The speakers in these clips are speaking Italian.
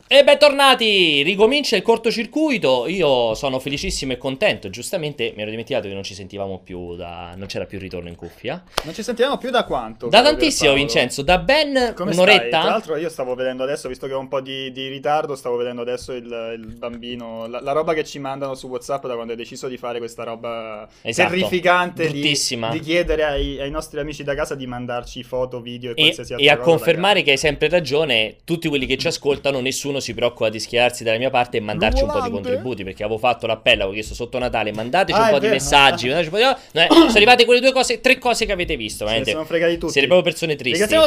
E bentornati! Ricomincia il cortocircuito. Io sono felicissimo e contento. Giustamente mi ero dimenticato che non ci sentivamo più non c'era più il ritorno in cuffia. Non ci sentiamo più da quanto? Da tantissimo, Vincenzo. Da ben Come un'oretta. Stai? Tra l'altro io stavo vedendo adesso, visto che ho un po' di ritardo, stavo vedendo adesso il bambino, la roba che ci mandano su WhatsApp da quando hai deciso di fare questa roba terrificante di chiedere ai nostri amici da casa di mandarci foto, video e qualsiasi altra cosa. E a confermare che hai sempre ragione, tutti quelli che ci ascoltano, nessuno si preoccupa di schierarsi dalla mia parte e mandarci un po' di contributi, perché avevo fatto l'appello, avevo chiesto sotto Natale, mandateci un po' di messaggi, sono arrivate quelle tre cose che avete visto, sono fregati tutti. Siete proprio persone tristi. Ringraziamo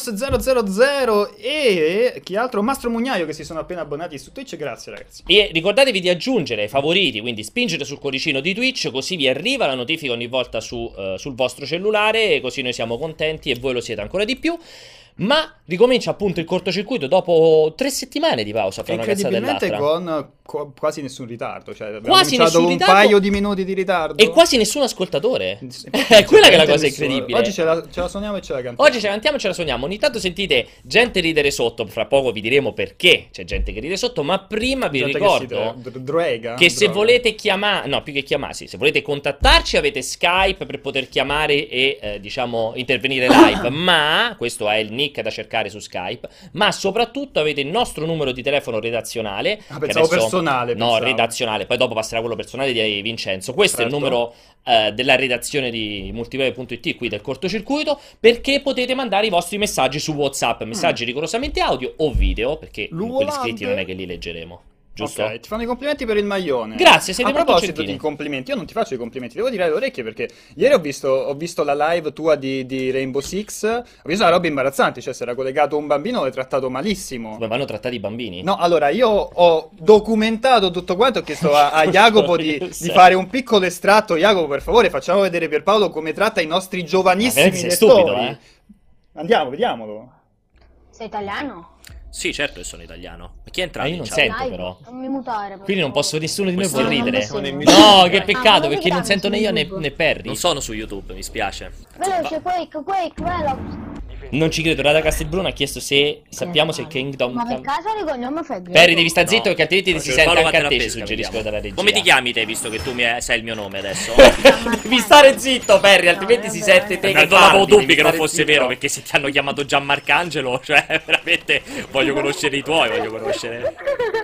Terminus000 e chi altro? Mastro Mugnaio, che si sono appena abbonati su Twitch. Grazie ragazzi. E ricordatevi di aggiungere ai favoriti, quindi spingete sul cuoricino di Twitch, così vi arriva la notifica ogni volta sul vostro cellulare, e così noi siamo contenti e voi lo siete ancora di più. Ma ricomincia appunto il cortocircuito dopo 3 settimane di pausa fra una cazzata e l'altra. Incredibilmente con quasi nessun ritardo, cioè abbiamo quasi nessun un ritardo, paio di minuti di ritardo e quasi nessun ascoltatore. È quella che è la cosa incredibile. Oggi ce la suoniamo e ce la cantiamo. Oggi ce la cantiamo e ce la suoniamo. Ogni tanto sentite gente ridere sotto. Fra poco vi diremo perché c'è gente che ride sotto. Ma prima vi ricordo che se volete chiamare, no, più che chiamarsi, se volete contattarci avete Skype per poter chiamare e diciamo intervenire live. Ma questo è il nick da cercare su Skype. Ma soprattutto avete il nostro numero di telefono redazionale. Pensavo personale. No, redazionale. Poi dopo passerà quello personale di Vincenzo. Questo è il numero della redazione di multiplayer.it, qui del cortocircuito, perché potete mandare i vostri messaggi su WhatsApp, messaggi rigorosamente audio o video, perché quelli scritti non è che li leggeremo. Giusto? Ok, ti fanno i complimenti per il maglione. Grazie, siete molto gentili. A proposito gentili. di complimenti, io non ti faccio i complimenti, devo tirare le orecchie perché ieri ho visto la live tua di Rainbow Six, ho visto una roba imbarazzante, cioè si era collegato un bambino e l'hai trattato malissimo. Ma vanno trattati i bambini? No, allora io ho documentato tutto quanto, ho chiesto a Jacopo di fare un piccolo estratto. Jacopo, per favore, facciamo vedere Pierpaolo come tratta i nostri giovanissimi lettori. Stupido, Andiamo, vediamolo. Sei italiano? Sì, certo che sono italiano. Ma chi è entrato? Io non chat? sento però. Non mi mutare. Quindi non posso, nessuno di noi può non ridere. mi No, che peccato, Ah, perché non vediamo sento né su io né YouTube. Perry. Non sono su YouTube, mi spiace. Veloce, Quake, Velox. Non ci credo, Rada Castelbruna ha chiesto se sappiamo se Kingdom Ma per Come. caso ricogliamo fai Perry, devi stare zitto, perché altrimenti si sente anche a te, ci pesca, suggerisco dalla regia. Come ti chiami te, visto che tu sai il mio nome adesso? Devi stare zitto, Perry, altrimenti si sente te che Non avevo parli, dubbi devi che non stare fosse zitto. vero, perché se ti hanno chiamato Gianmarcangelo, cioè veramente voglio conoscere i tuoi, voglio conoscere.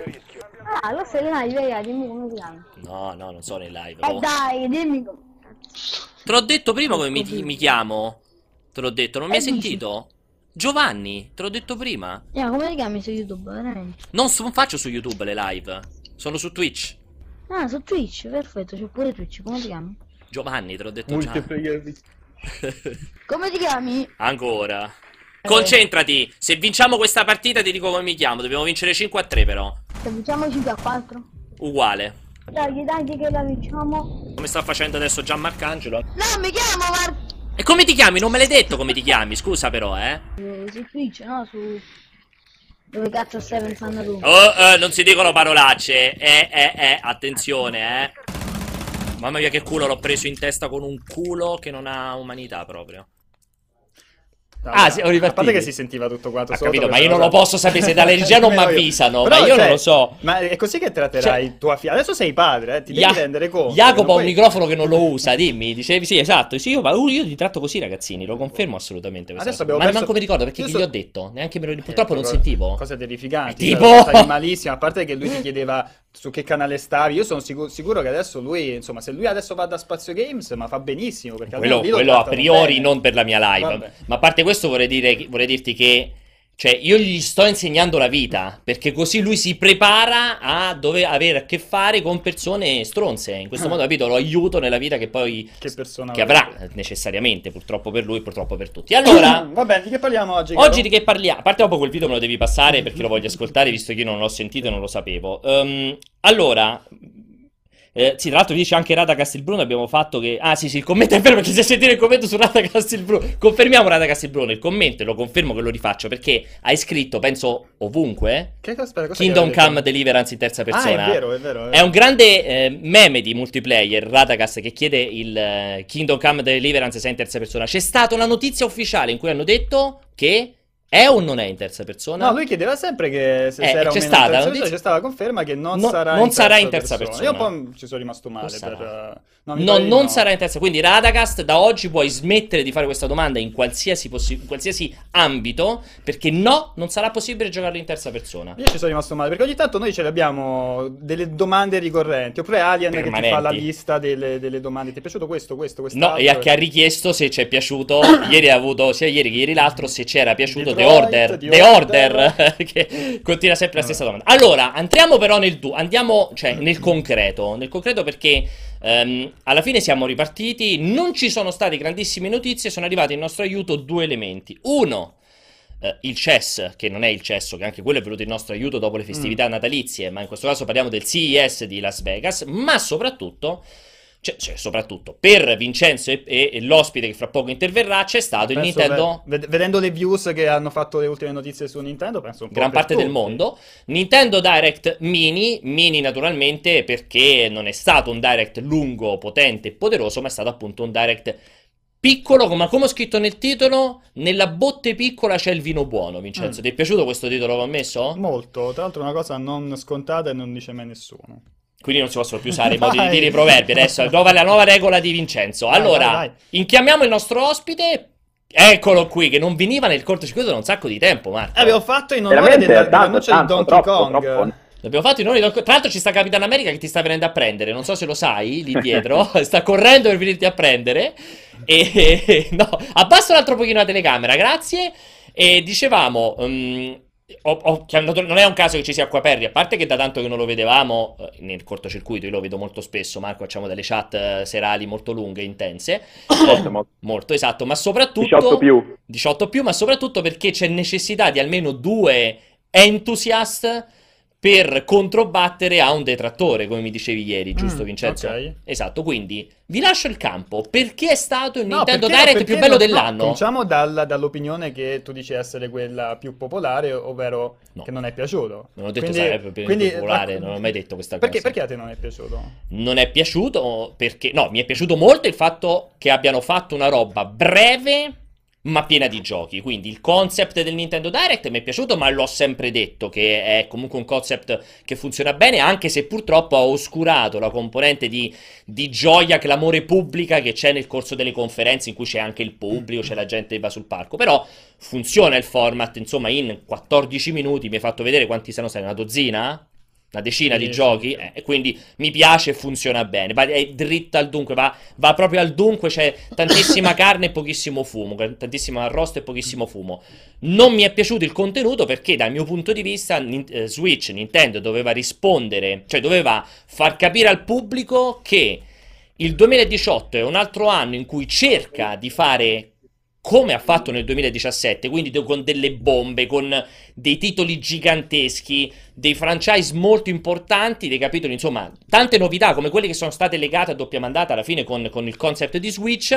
Ah, lo sei live, dimmi come ti chiami. No, non sono in live. Dai, dimmi come. Te l'ho detto prima come mi chiamo. Te l'ho detto, non mi hai sentito? Giovanni, te l'ho detto prima. Come ti chiami su YouTube, veramente? Non faccio su YouTube le live, sono su Twitch. Ah, su Twitch, perfetto, c'è pure Twitch, come ti chiami? Giovanni, te l'ho detto già. Come ti chiami? Ancora. Concentrati, se vinciamo questa partita ti dico come mi chiamo, dobbiamo vincere 5-3 però. Se facciamo 5 a 4. Uguale. Dai, che la vinciamo. Come sta facendo adesso Gianmarcangelo? No, mi chiamo E come ti chiami? Non me l'hai detto come ti chiami, scusa però, su Twitch, no? Su... Dove cazzo stai pensando tu? Non si dicono parolacce. Attenzione, Mamma mia che culo, l'ho preso in testa con un culo che non ha umanità proprio. Allora, sì, ho ripartito. a parte che si sentiva tutto quanto sotto, capito, ma io non lo posso sapere, se dalle regia non mi avvisano, ma io non lo so. Ma è così che tratterai tua figlia? Adesso sei padre, ti devi rendere conto. Jacopo ha un microfono che non lo usa, dimmi, dicevi sì, esatto, sì, io ti tratto così ragazzini, lo confermo assolutamente questa Adesso cosa. Ma manco mi ricordo perché gli ho detto, neanche purtroppo non sentivo. Cose terrificanti, tipo stavi malissimo, a parte che lui ti chiedeva su che canale stavi. Io sono sicuro che adesso lui, insomma, se lui adesso va da Spazio Games, ma fa benissimo, perché quello a priori bene. non per la mia live. Vabbè. Ma a parte questo vorrei dirti che, cioè, io gli sto insegnando la vita, perché così lui si prepara a dover avere a che fare con persone stronze. In questo modo, capito, lo aiuto nella vita che poi che avrà necessariamente, purtroppo per lui, purtroppo per tutti. Allora, va bene, di che parliamo oggi? Oggi di che parliamo? A parte dopo quel video me lo devi passare perché lo voglio ascoltare, visto che io non l'ho sentito e non lo sapevo. Allora, sì, tra l'altro dice anche Rada Castelbruno, abbiamo fatto che... Ah sì, il commento è vero, perché se sentite il commento su Rada Castelbruno, confermiamo Rada Castelbruno, il commento, e lo confermo che lo rifaccio, perché hai scritto, penso, ovunque, Kingdom Come Deliverance in terza persona. Ah, è vero. È un grande meme di multiplayer, Radagast, che chiede il Kingdom Come Deliverance sia in terza persona. C'è stata una notizia ufficiale in cui hanno detto che È o non è in terza persona? No, lui chiedeva sempre che se era o meno in terza persona, c'è stata la conferma che non sarà in terza persona. Io un po' ci sono rimasto male. Non sarà in terza. Quindi Radagast, da oggi puoi smettere di fare questa domanda in qualsiasi ambito, perché non sarà possibile giocarlo in terza persona. Io ci sono rimasto male, perché ogni tanto noi ce le abbiamo delle domande ricorrenti, oppure Alien che ti fa la lista delle domande. Ti è piaciuto questo, quest'altro? No, e a chi ha richiesto se ci è piaciuto, ieri ha avuto, sia ieri che ieri l'altro, se ci era piaciuto The Order che continua sempre la stessa domanda. Allora, andiamo però nel concreto, perché alla fine siamo ripartiti, non ci sono state grandissime notizie, sono arrivati in nostro aiuto due elementi. Uno, il CES, che non è il cesso, che anche quello è venuto in nostro aiuto dopo le festività natalizie, ma in questo caso parliamo del CES di Las Vegas, ma soprattutto per Vincenzo e l'ospite che fra poco interverrà c'è stato il Nintendo. Vedendo le views che hanno fatto le ultime notizie su Nintendo, penso un po' gran parte del mondo. Nintendo Direct mini naturalmente, perché non è stato un Direct lungo, potente e poderoso, ma è stato appunto un Direct piccolo, ma come ho scritto nel titolo, nella botte piccola c'è il vino buono. Vincenzo, ti è piaciuto questo titolo che ho messo? Molto, tra l'altro è una cosa non scontata e non dice mai nessuno. Quindi non si possono più usare i modi di dire i proverbi. Adesso è la nuova regola di Vincenzo. Allora, vai. Inchiamiamo il nostro ospite. Eccolo qui, che non veniva nel cortocircuito da un sacco di tempo, Marco. Abbiamo fatto in onore dell'annuncio di Donkey Kong. L'abbiamo fatto in onore di... Tra l'altro ci sta Capitan America che ti sta venendo a prendere. Non so se lo sai, lì dietro. Sta correndo per venirti a prendere. No, abbassa un altro pochino la telecamera, grazie. E dicevamo... non è un caso che ci sia Acquaperri, a parte che da tanto che non lo vedevamo nel cortocircuito, io lo vedo molto spesso, Marco, facciamo delle chat serali molto lunghe, intense, molto esatto, ma soprattutto 18 più, ma soprattutto perché c'è necessità di almeno 2 enthusiast per controbattere a un detrattore, come mi dicevi ieri, giusto Vincenzo? Okay. Esatto, quindi vi lascio il campo. Perché è stato il Nintendo Direct più bello dell'anno? Cominciamo dall'opinione che tu dici essere quella più popolare, ovvero che non è piaciuto. Non ho detto sarebbe più popolare, non ho mai detto questa cosa. Perché a te non è piaciuto? Non è piaciuto perché... No, mi è piaciuto molto il fatto che abbiano fatto una roba breve ma piena di giochi. Quindi il concept del Nintendo Direct mi è piaciuto, ma l'ho sempre detto che è comunque un concept che funziona bene, anche se purtroppo ha oscurato la componente di gioia, clamore pubblica che c'è nel corso delle conferenze, in cui c'è anche il pubblico, c'è la gente che va sul palco. Però funziona il format, insomma, in 14 minuti mi hai fatto vedere quanti sono stati, una dozzina? Una decina di giochi, e quindi mi piace e funziona bene, è dritta al dunque, va proprio al dunque, c'è tantissima carne e pochissimo fumo, tantissimo arrosto e pochissimo fumo. Non mi è piaciuto il contenuto perché dal mio punto di vista Nintendo doveva rispondere, cioè doveva far capire al pubblico che il 2018 è un altro anno in cui cerca di fare come ha fatto nel 2017, quindi con delle bombe, con dei titoli giganteschi, dei franchise molto importanti, dei capitoli, insomma, tante novità come quelle che sono state legate a doppia mandata alla fine con il concept di Switch,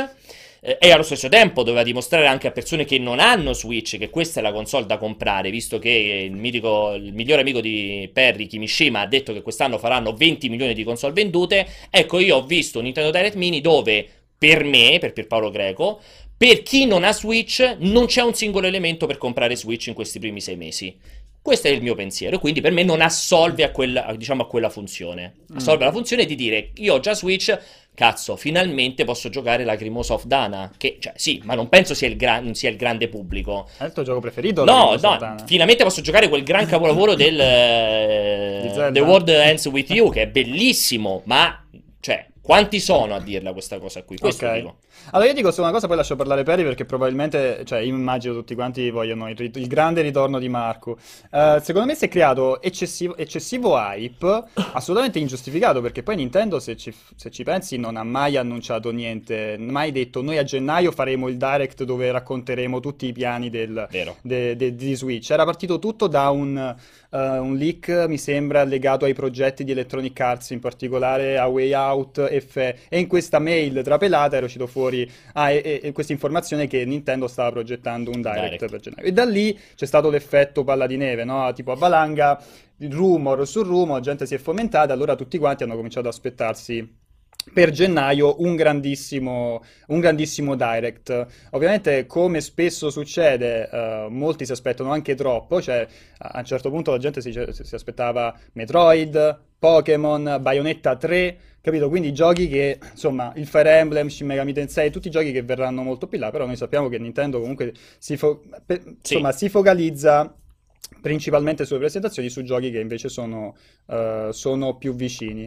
e allo stesso tempo doveva dimostrare anche a persone che non hanno Switch che questa è la console da comprare, visto che il migliore amico di Perry, Kimishima, ha detto che quest'anno faranno 20 milioni di console vendute. Ecco, io ho visto un Nintendo Direct Mini dove, per me, per Pierpaolo Greco, per chi non ha Switch non c'è un singolo elemento per comprare Switch in questi primi 6 mesi. Questo è il mio pensiero, quindi per me non assolve a quella funzione. Assolve la funzione di dire, io ho già Switch, cazzo, finalmente posso giocare Lacrimosa of Dana, che, cioè, sì, ma non penso sia il grande pubblico. È il tuo gioco preferito? No, finalmente posso giocare quel gran capolavoro del The World Ends With You, che è bellissimo, ma, cioè, quanti sono a dirla questa cosa qui? Questo dico. Allora io dico solo una cosa, poi lascio parlare Perry, perché probabilmente, cioè io immagino tutti quanti vogliono il grande ritorno di Marco. Secondo me si è creato eccessivo hype, assolutamente ingiustificato, perché poi Nintendo, se ci pensi, non ha mai annunciato niente, mai detto noi a gennaio faremo il Direct dove racconteremo tutti i piani di Switch. Era partito tutto da un leak, mi sembra, legato ai progetti di Electronic Arts, in particolare a Way Out e in questa mail trapelata era uscito fuori questa informazione che Nintendo stava progettando un Direct per gennaio. E da lì c'è stato l'effetto palla di neve, no? Tipo a valanga, rumor su rumor, gente si è fomentata, allora tutti quanti hanno cominciato ad aspettarsi per gennaio un grandissimo direct. Ovviamente, come spesso succede, molti si aspettano anche troppo, cioè a un certo punto la gente si aspettava Metroid, Pokémon, Bayonetta 3, capito? Quindi giochi che, insomma, il Fire Emblem, Shin Megami Tensei, tutti giochi che verranno molto più là, però noi sappiamo che Nintendo comunque si focalizza principalmente sulle presentazioni su giochi che invece sono più vicini.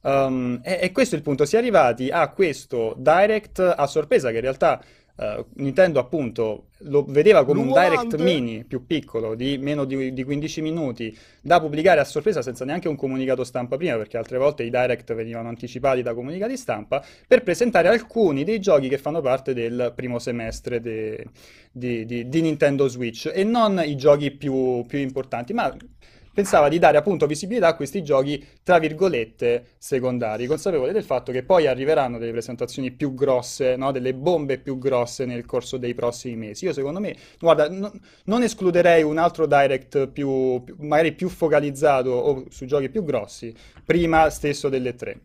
E questo è il punto, si è arrivati a questo direct a sorpresa che in realtà Nintendo appunto lo vedeva come un direct mini più piccolo di meno di 15 minuti da pubblicare a sorpresa senza neanche un comunicato stampa prima, perché altre volte i direct venivano anticipati da comunicati stampa, per presentare alcuni dei giochi che fanno parte del primo semestre di Nintendo Switch e non i giochi più importanti, ma pensava di dare appunto visibilità a questi giochi, tra virgolette, secondari, consapevole del fatto che poi arriveranno delle presentazioni più grosse, no? Delle bombe più grosse nel corso dei prossimi mesi. Io secondo me, guarda, non escluderei un altro direct magari più focalizzato o su giochi più grossi, prima stesso delle 3.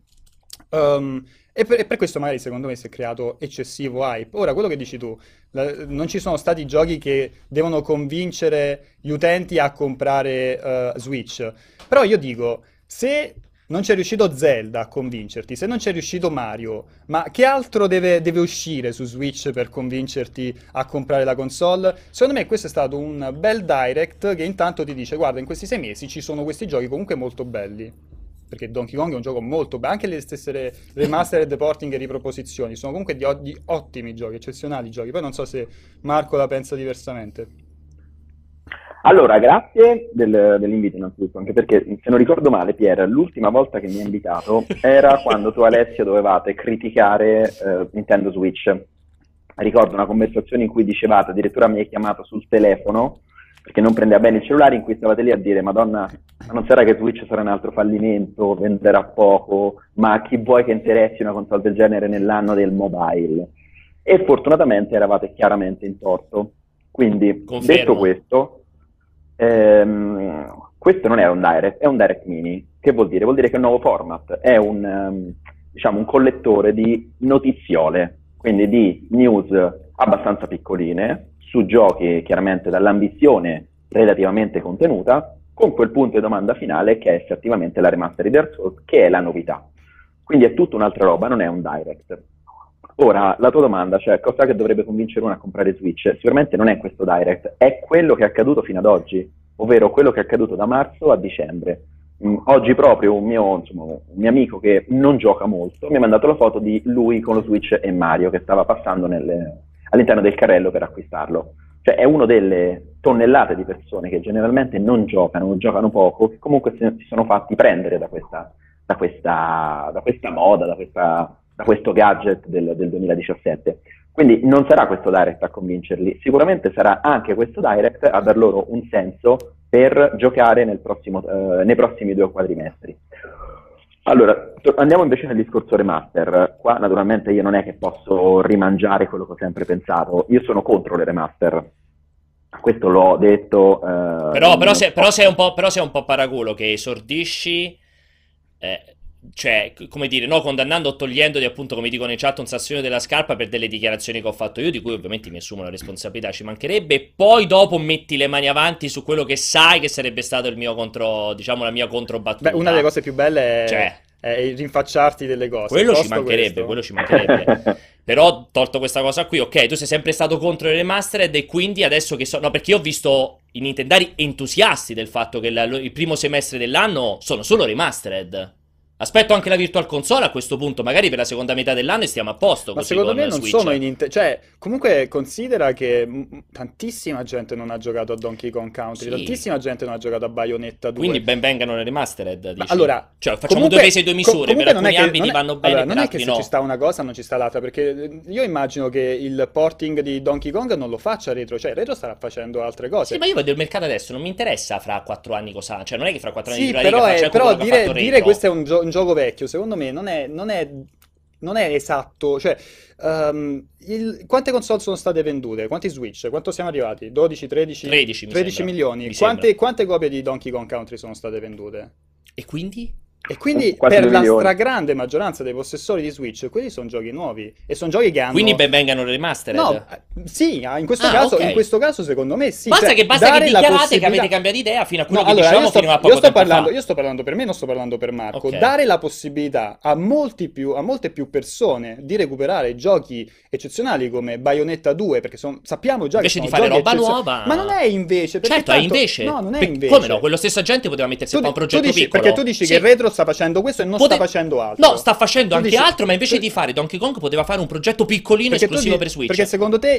E per questo magari secondo me si è creato eccessivo hype. Ora, quello che dici tu, non ci sono stati giochi che devono convincere gli utenti a comprare Switch. Però io dico, se non c'è riuscito Zelda a convincerti, se non c'è riuscito Mario, ma che altro deve uscire su Switch per convincerti a comprare la console? Secondo me questo è stato un bel direct che intanto ti dice, guarda, in questi 6 mesi ci sono questi giochi comunque molto belli. Perché Donkey Kong è un gioco molto bello, anche le stesse remastered, porting e riproposizioni sono comunque di ottimi giochi, eccezionali giochi. Poi non so se Marco la pensa diversamente. Allora, grazie dell'invito innanzitutto, anche perché se non ricordo male, Pier, l'ultima volta che mi hai invitato era quando tu e Alessio dovevate criticare Nintendo Switch. Ricordo una conversazione in cui dicevate, addirittura mi hai chiamato sul telefono, perché non prendeva bene il cellulare, in cui stavate lì a dire, Madonna, ma non sarà che Switch sarà un altro fallimento, venderà poco, ma chi vuoi che interessi una console del genere nell'anno del mobile? E fortunatamente eravate chiaramente in torto. Quindi, Confermo. Detto questo, questo non è un direct, è un direct mini. Che vuol dire? Vuol dire che è un nuovo format, è un collettore di notiziole, quindi di news abbastanza piccoline, su giochi chiaramente dall'ambizione relativamente contenuta, con quel punto di domanda finale che è effettivamente la remaster di Dark Souls, che è la novità. Quindi è tutta un'altra roba, non è un direct. Ora, la tua domanda, cioè cosa che dovrebbe convincere uno a comprare Switch, sicuramente non è questo direct, è quello che è accaduto fino ad oggi, ovvero quello che è accaduto da marzo a dicembre. Oggi proprio un mio amico che non gioca molto mi ha mandato la foto di lui con lo Switch e Mario che stava passando all'interno del carrello per acquistarlo. Cioè è una delle tonnellate di persone che generalmente non giocano poco, che comunque si sono fatti prendere da questa moda, da questo gadget del 2017. Quindi non sarà questo direct a convincerli, sicuramente sarà anche questo direct a dar loro un senso per giocare nei prossimi 2 quadrimestri. Allora, andiamo invece nel discorso remaster. Qua naturalmente io non è che posso rimangiare quello che ho sempre pensato, io sono contro le remaster. Questo l'ho detto. Però sei un po' paraculo che esordisci, cioè, come dire, no, condannando o togliendoti, appunto, come dicono in chat, un sassolino della scarpa per delle dichiarazioni che ho fatto io, di cui ovviamente mi assumo la responsabilità, ci mancherebbe, e poi dopo metti le mani avanti su quello che sai che sarebbe stato il mio la mia controbattuta. Beh, una delle cose più belle è rinfacciarti delle cose. Quello ci mancherebbe. Però, tolto questa cosa qui, ok, tu sei sempre stato contro le remastered e quindi adesso che no, perché io ho visto i nintendari entusiasti del fatto che il primo semestre dell'anno sono solo remastered. Aspetto anche la Virtual Console a questo punto, magari per la seconda metà dell'anno e stiamo a posto. Ma secondo me non Switch. Sono cioè, comunque considera che tantissima gente non ha giocato a Donkey Kong Country, tantissima gente non ha giocato a Bayonetta 2. Quindi ben vengano le remastered, dici? Allora, cioè, facciamo due pesi e due misure, per alcuni ambiti vanno bene, allora, non è che se ci sta una cosa non ci sta l'altra, perché io immagino che il porting di Donkey Kong non lo faccia Retro, cioè Retro starà facendo altre cose. Sì, ma io vedo il mercato adesso, non mi interessa fra 4 anni cosa, cioè non è che fra 4 anni sì, però dire questo è un gioco vecchio, secondo me non è esatto, cioè quante console sono state vendute? Quanti Switch? Quanto siamo arrivati? 12, 13 milioni. Quante copie di Donkey Kong Country sono state vendute? E quindi? E quindi per la stragrande maggioranza dei possessori di Switch, quelli sono giochi nuovi e sono giochi che hanno... Quindi ben vengano remastered? No, sì, in questo caso secondo me sì. Basta che dichiarate che avete cambiato idea fino a quello che dicevamo fino a poco tempo fa. Io sto parlando per me, non sto parlando per Marco. Dare la possibilità a molte più persone di recuperare giochi eccezionali come Bayonetta 2, perché sappiamo già invece che sono giochi eccezionali. Nuova. Ma non è invece. Certo, è invece. No, non è invece. Come no? Quello stesso agente poteva mettersi a fare un progetto piccolo. Perché tu dici che il retro sta facendo questo e non sta facendo altro. No, sta facendo anche altro, ma invece di fare Donkey Kong poteva fare un progetto piccolino esclusivo per Switch. Perché secondo te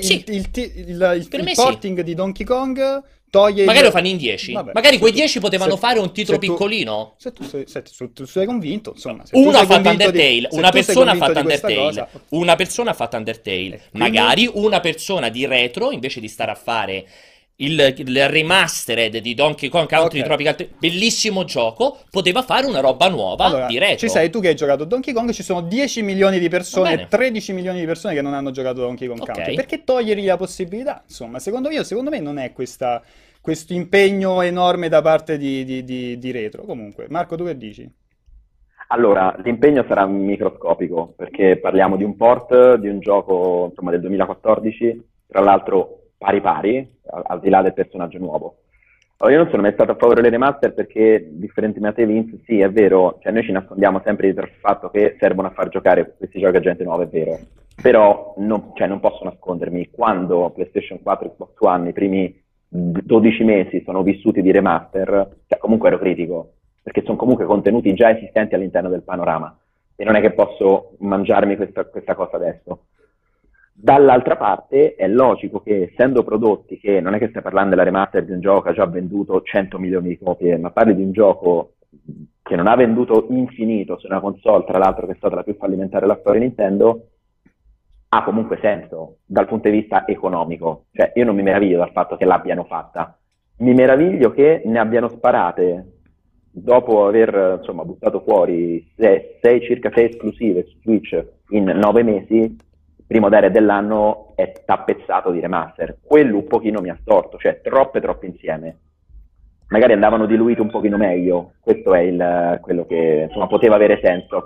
il porting di Donkey Kong toglie... Magari lo fanno in 10. Vabbè, magari quei 10 potevano fare un titolo piccolino. Se tu sei convinto, insomma... Uno ha fatto Undertale, una persona ha fatto Undertale, una persona ha fatto Undertale. Magari una persona di retro, invece di stare a fare... Il remastered di Donkey Kong Country Tropical, bellissimo gioco, poteva fare una roba nuova di retro. Ci sei tu che hai giocato Donkey Kong, ci sono 10 milioni di persone, 13 milioni di persone che non hanno giocato Donkey Kong Country. Perché togliergli la possibilità? Insomma, secondo me non è questo impegno enorme da parte di retro. Comunque, Marco, tu che dici? Allora, l'impegno sarà microscopico, perché parliamo di un port di un gioco, insomma, del 2014, tra l'altro pari, al di là del personaggio nuovo. Allora, io non sono mai stato a favore delle remaster perché, differentemente da Vince, sì, è vero, cioè noi ci nascondiamo sempre dietro il fatto che servono a far giocare questi giochi a gente nuova, è vero, però non posso nascondermi, quando PlayStation 4 e Xbox One i primi 12 mesi sono vissuti di remaster, cioè comunque ero critico, perché sono comunque contenuti già esistenti all'interno del panorama, e non è che posso mangiarmi questa cosa adesso. Dall'altra parte è logico che, essendo prodotti che non è che stai parlando della remaster di un gioco che ha già venduto 100 milioni di copie, ma parli di un gioco che non ha venduto infinito su una console, tra l'altro che è stata la più fallimentare della storia Nintendo, ha comunque senso dal punto di vista economico. Cioè, io non mi meraviglio dal fatto che l'abbiano fatta, mi meraviglio che ne abbiano sparate dopo aver, insomma, buttato fuori circa 6 esclusive su Switch in 9 mesi. Primo Direct dell'anno è tappezzato di remaster. Quello un pochino mi ha storto, cioè troppe insieme. Magari andavano diluite un pochino meglio. Questo è quello che, insomma, poteva avere senso.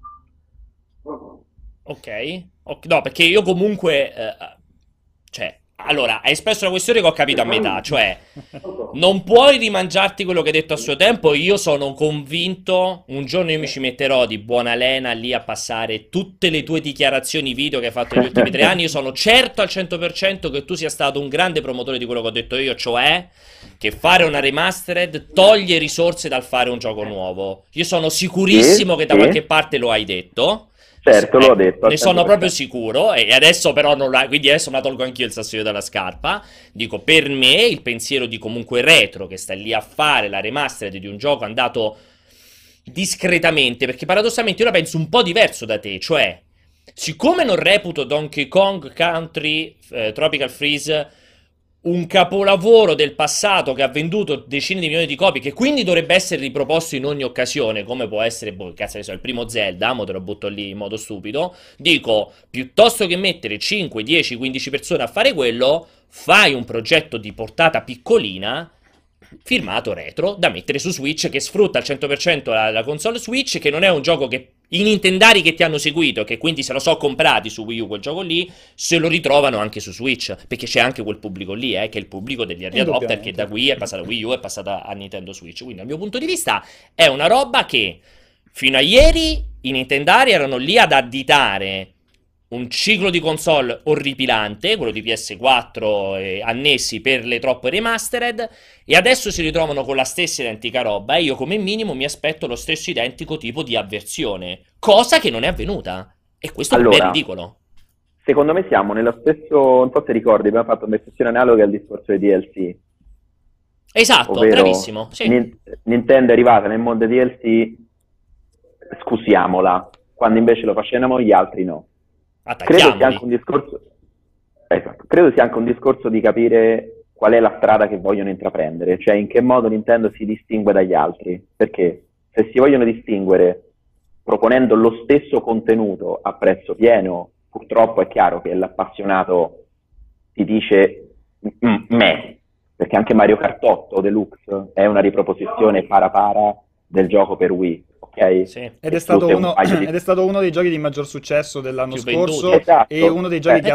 Ok. No, perché io comunque... Allora, hai espresso una questione che ho capito a metà, cioè non puoi rimangiarti quello che hai detto a suo tempo. Io sono convinto, un giorno io mi ci metterò di buona lena lì a passare tutte le tue dichiarazioni video che hai fatto negli ultimi 3 anni. Io sono certo al 100% che tu sia stato un grande promotore di quello che ho detto io, cioè che fare una remastered toglie risorse dal fare un gioco nuovo. Io sono sicurissimo che da qualche parte lo hai detto. Certo, l'ho detto. Ne sono proprio sicuro, e adesso però quindi adesso me la tolgo anch'io il sassolino dalla scarpa. Dico, per me il pensiero di comunque retro che sta lì a fare la remastered di un gioco andato discretamente, perché paradossalmente io la penso un po' diverso da te, cioè siccome non reputo Donkey Kong Country Tropical Freeze un capolavoro del passato che ha venduto decine di milioni di copie, che quindi dovrebbe essere riproposto in ogni occasione, come può essere, cazzo ne so, il primo Zelda, mo te lo butto lì in modo stupido, dico, piuttosto che mettere 5, 10, 15 persone a fare quello, fai un progetto di portata piccolina, firmato retro, da mettere su Switch, che sfrutta al 100% la console Switch, che non è un gioco che i nintendari che ti hanno seguito, che quindi se lo so comprati su Wii U quel gioco lì, se lo ritrovano anche su Switch, perché c'è anche quel pubblico lì, che è il pubblico degli early adopter, che da Wii è passata a Wii U, è passata a Nintendo Switch. Quindi dal mio punto di vista è una roba che fino a ieri i nintendari erano lì ad additare un ciclo di console orripilante, quello di PS4 e annessi per le troppe remastered, e adesso si ritrovano con la stessa identica roba, e io come minimo mi aspetto lo stesso identico tipo di avversione, cosa che non è avvenuta, e questo per me è ridicolo. Secondo me siamo nello stesso, non so se ricordi, abbiamo fatto una sessione analoga al discorso dei DLC. Esatto, bravissimo. Sì. Nintendo è arrivata nel mondo dei DLC, scusiamola, quando invece lo facevano gli altri no. Credo sia anche un discorso, credo sia anche un discorso di capire qual è la strada che vogliono intraprendere, cioè in che modo Nintendo si distingue dagli altri, perché se si vogliono distinguere proponendo lo stesso contenuto a prezzo pieno, purtroppo è chiaro che l'appassionato ti dice me, perché anche Mario Kart 8 Deluxe è una riproposizione para del gioco per Wii. ok? Sì. Ed è stato uno dei giochi di maggior successo dell'anno scorso, esatto. E uno dei giochi che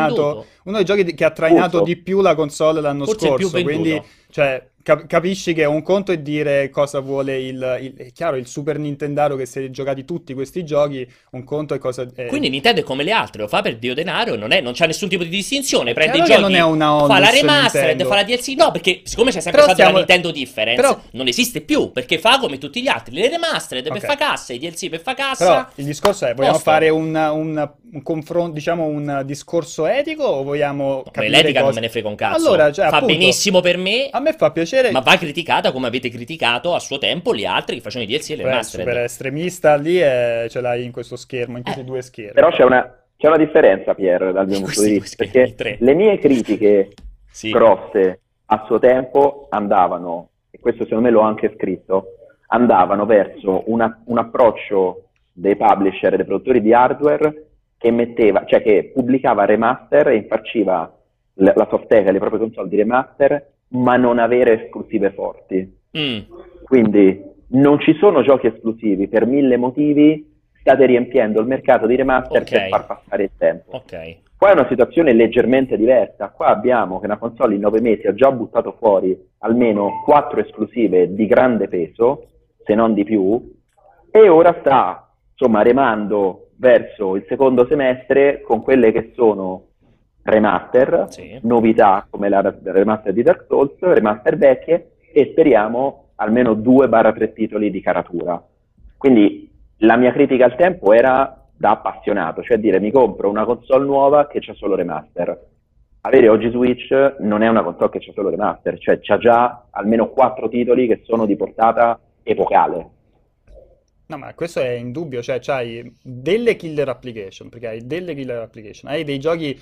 ha trainato di più la console l'anno scorso, quindi cioè capisci che un conto è dire cosa vuole è chiaro, il Super Nintendaro che si è giocati tutti questi giochi, un conto è cosa Quindi Nintendo è come le altre, lo fa per dio denaro, non c'è nessun tipo di distinzione, prende i giochi, non è una fa la remastered, fa la DLC, no, perché siccome c'è sempre stata la Nintendo Difference, non esiste più, perché fa come tutti gli altri, le remastered per fa cassa, i DLC per fa cassa. Però il discorso è, vogliamo fare un confronto, diciamo un discorso etico o vogliamo capire l'etica non me ne frega un cazzo. Allora, cioè, fa appunto, benissimo per me. A me fa piacere. Ma va criticata come avete criticato a suo tempo gli altri che facevano i DLC e le remastered. Super estremista lì ce l'hai in questo schermo, in questi due schermi. Però c'è una differenza, Pier, dal mio punto di vista, perché le mie critiche grosse a suo tempo andavano, e questo secondo me l'ho anche scritto, andavano verso un approccio dei publisher, dei produttori di hardware che pubblicava remaster e infarciva la softeca e le proprie console di remaster, ma non avere esclusive forti. Quindi non ci sono giochi esclusivi per 1000 motivi, state riempiendo il mercato di remaster per far passare il tempo. Qua è una situazione leggermente diversa. Qua abbiamo che una console in 9 mesi ha già buttato fuori almeno 4 esclusive di grande peso, se non di più, e ora sta remando verso il secondo semestre con quelle che sono remaster, novità come la remaster di Dark Souls, remaster vecchie, e speriamo almeno 2-3 titoli di caratura. Quindi la mia critica al tempo era da appassionato, cioè dire mi compro una console nuova che c'ha solo remaster. Avere oggi Switch non è una console che c'ha solo remaster, cioè c'ha già almeno 4 titoli che sono di portata epocale. No, ma questo è indubbio, cioè c'hai delle killer application, perché hai delle killer application, hai dei giochi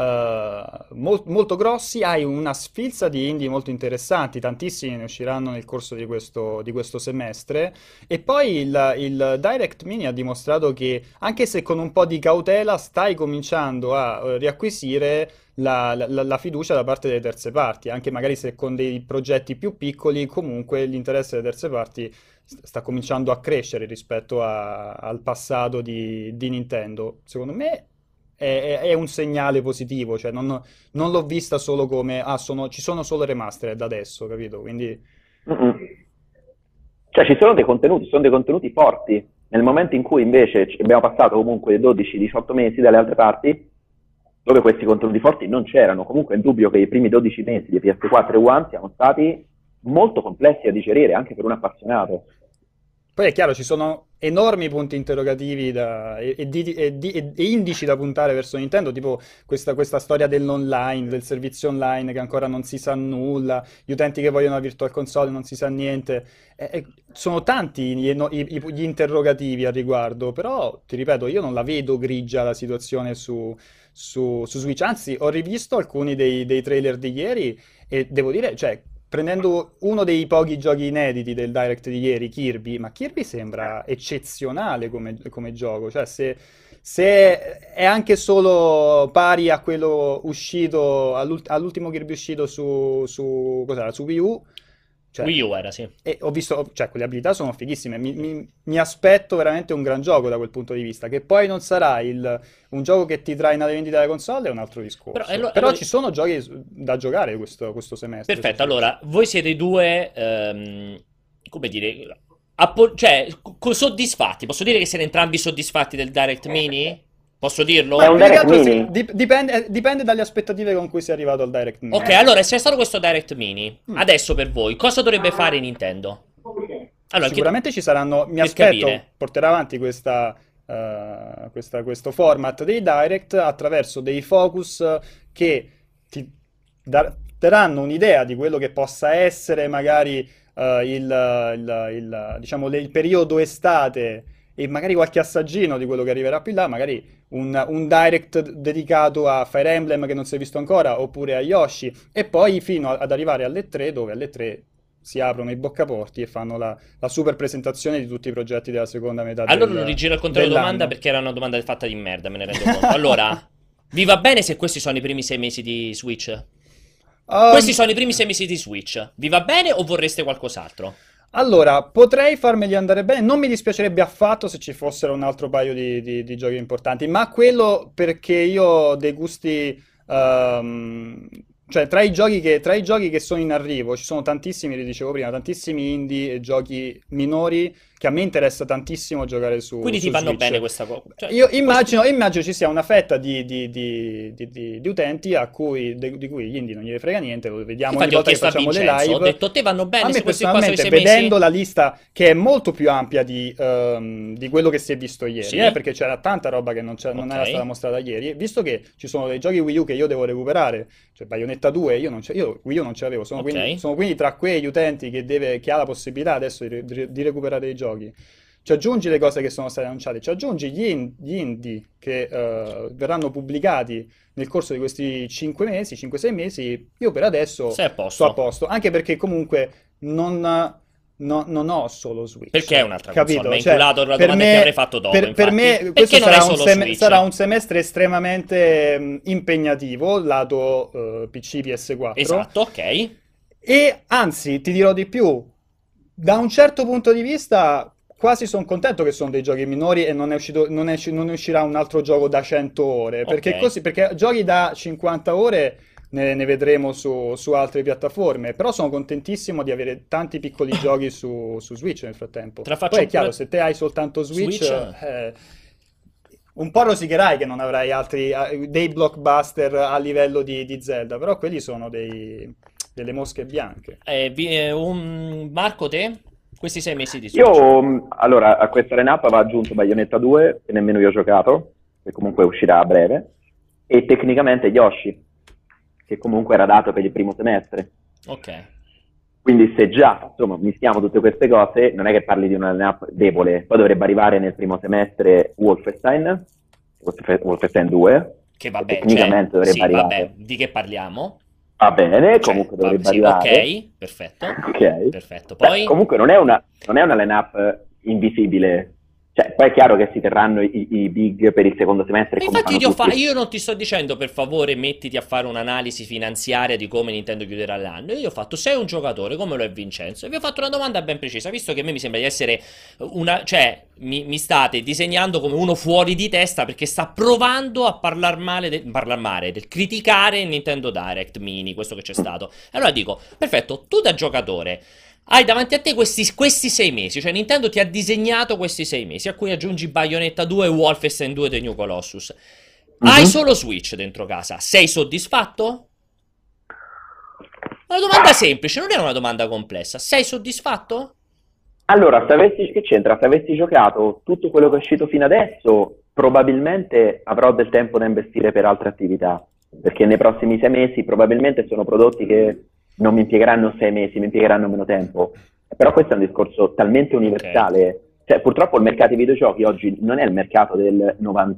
molto grossi, hai una sfilza di indie molto interessanti, tantissimi ne usciranno nel corso di questo semestre, e poi il Direct Mini ha dimostrato che, anche se con un po' di cautela, stai cominciando a riacquisire la fiducia da parte delle terze parti, anche magari se con dei progetti più piccoli, comunque l'interesse delle terze parti sta cominciando a crescere rispetto al passato di Nintendo. Secondo me è un segnale positivo, cioè non l'ho vista solo come ci sono solo remastered adesso, capito? Quindi cioè ci sono dei contenuti forti, nel momento in cui invece abbiamo passato comunque 12-18 mesi dalle altre parti dove questi contenuti forti non c'erano. Comunque è indubbio che i primi 12 mesi di PS4 e One siano stati molto complessi a digerire anche per un appassionato. Poi è chiaro, ci sono enormi punti interrogativi e indici da puntare verso Nintendo, tipo questa storia dell'online, del servizio online che ancora non si sa nulla, gli utenti che vogliono la Virtual Console non si sa niente. Sono tanti gli interrogativi al riguardo, però ti ripeto, io non la vedo grigia la situazione su Switch, anzi ho rivisto alcuni dei trailer di ieri e devo dire, cioè, prendendo uno dei pochi giochi inediti del Direct di ieri, Kirby, ma Kirby sembra eccezionale come gioco, cioè se è anche solo pari a quello uscito, all'ultimo Kirby uscito su Wii U, cioè, Wii U era, sì. E ho visto, cioè, quelle abilità sono fighissime. Mi aspetto veramente un gran gioco da quel punto di vista. Che poi non sarà un gioco che ti traina le vendite della console, è un altro discorso. Però ci sono giochi da giocare questo semestre. Perfetto, allora, voi siete due, come dire, soddisfatti. Posso dire che siete entrambi soddisfatti del Direct Mini? Posso dirlo? È un Direct Mini? Dipende dalle aspettative con cui sei arrivato al Direct Mini. Ok, allora, se è stato questo Direct Mini, adesso per voi, cosa dovrebbe fare Nintendo? Allora, sicuramente ci saranno, mi aspetto, porterà avanti questo format dei Direct attraverso dei focus che ti daranno un'idea di quello che possa essere magari il periodo estate, e magari qualche assaggino di quello che arriverà più in là, magari un Direct dedicato a Fire Emblem che non si è visto ancora, oppure a Yoshi, e poi fino ad arrivare alle 3, dove alle 3 si aprono i boccaporti e fanno la super presentazione di tutti i progetti della seconda metà allora non rigiro il controllo domanda, perché era una domanda fatta di merda, me ne rendo conto. Allora, vi va bene se questi sono i primi 6 mesi di Switch? Questi sono i primi 6 mesi di Switch. Vi va bene o vorreste qualcos'altro? Allora, potrei farmeli andare bene, non mi dispiacerebbe affatto se ci fossero un altro paio di giochi importanti, ma quello perché io ho dei gusti, cioè tra i giochi che sono in arrivo, ci sono tantissimi, li dicevo prima, tantissimi indie e giochi minori che a me interessa tantissimo giocare su Quindi ti su vanno Switch. bene questa cosa. Cioè, Io immagino ci sia una fetta di utenti di cui gli indie non gliene frega niente, lo vediamo ogni infatti ho volta che chiesto a facciamo le Vincenzo, live. ho detto, a te vanno A bene me se questi qua sono i personalmente, 6 mesi? vedendo la lista che è molto più ampia di quello che si è visto ieri, Sì. Perché c'era tanta roba che non era Ok. stata mostrata ieri, visto che ci sono dei giochi Wii U che io devo recuperare, cioè Bayonetta 2, io Wii U non ce l'avevo, sono Ok. quindi tra quegli utenti che ha la possibilità adesso di recuperare i giochi. Ci aggiungi le cose che sono state annunciate, ci aggiungi gli indie che verranno pubblicati nel corso di questi 5-6 mesi, io per adesso Sei a posto. sto a posto, anche perché comunque non ho solo Switch. Perché è un'altra capito? console? Mi hai Cioè, inculato la per domanda che me, avrei fatto dopo, per infatti. me Perché questo non hai solo Switch? sarà un semestre estremamente impegnativo, lato PC PS4. Esatto, ok. E anzi, ti dirò di più, da un certo punto di vista quasi sono contento che sono dei giochi minori e non ne uscirà un altro gioco da 100 ore, perché Ok. perché giochi da 50 ore ne vedremo su altre piattaforme, però sono contentissimo di avere tanti piccoli giochi su Switch nel frattempo. Te la faccio Poi è un chiaro, pre- se te hai soltanto Switch, Switch? un po' rosicherai che non avrai dei blockbuster a livello di Zelda, però quelli sono delle mosche bianche. Marco, te? Questi 6 mesi di Switch. Allora, a questa line-up va aggiunto Bayonetta 2, che nemmeno io ho giocato, che comunque uscirà a breve, e tecnicamente Yoshi, che comunque era dato per il primo semestre. Ok. Quindi se già, insomma, mischiamo tutte queste cose, non è che parli di una line-up debole. Poi dovrebbe arrivare nel primo semestre Wolfenstein 2, Che vabbè, tecnicamente dovrebbe sì, arrivare. vabbè, di che parliamo? Va bene, Cioè, comunque dovrebbe sì, arrivare. ok, perfetto. Ok. Perfetto. Beh, Poi comunque non è una line-up invisibile. Cioè, poi è chiaro che si terranno i big per il secondo semestre. Come infatti fanno tutti. io non ti sto dicendo per favore mettiti a fare un'analisi finanziaria di come Nintendo chiuderà l'anno. Io ho fatto, sei un giocatore come lo è Vincenzo, e vi ho fatto una domanda ben precisa, visto che a me mi sembra di essere cioè mi state disegnando come uno fuori di testa perché sta provando a parlare male del criticare il Nintendo Direct Mini, questo che c'è stato. Allora dico, perfetto, tu da giocatore hai davanti a te questi 6 mesi, cioè Nintendo ti ha disegnato questi 6 mesi, a cui aggiungi Bayonetta 2 e Wolfenstein 2 The New Colossus. Hai solo Switch dentro casa, sei soddisfatto? Una domanda semplice, non è una domanda complessa. Sei soddisfatto? Allora, che c'entra? Se avessi giocato tutto quello che è uscito fino adesso, probabilmente avrò del tempo da investire per altre attività, perché nei prossimi 6 mesi probabilmente sono prodotti che non mi impiegheranno 6 mesi, mi impiegheranno meno tempo. Però questo è un discorso talmente universale. Okay. Cioè, purtroppo il mercato dei videogiochi oggi non è il mercato del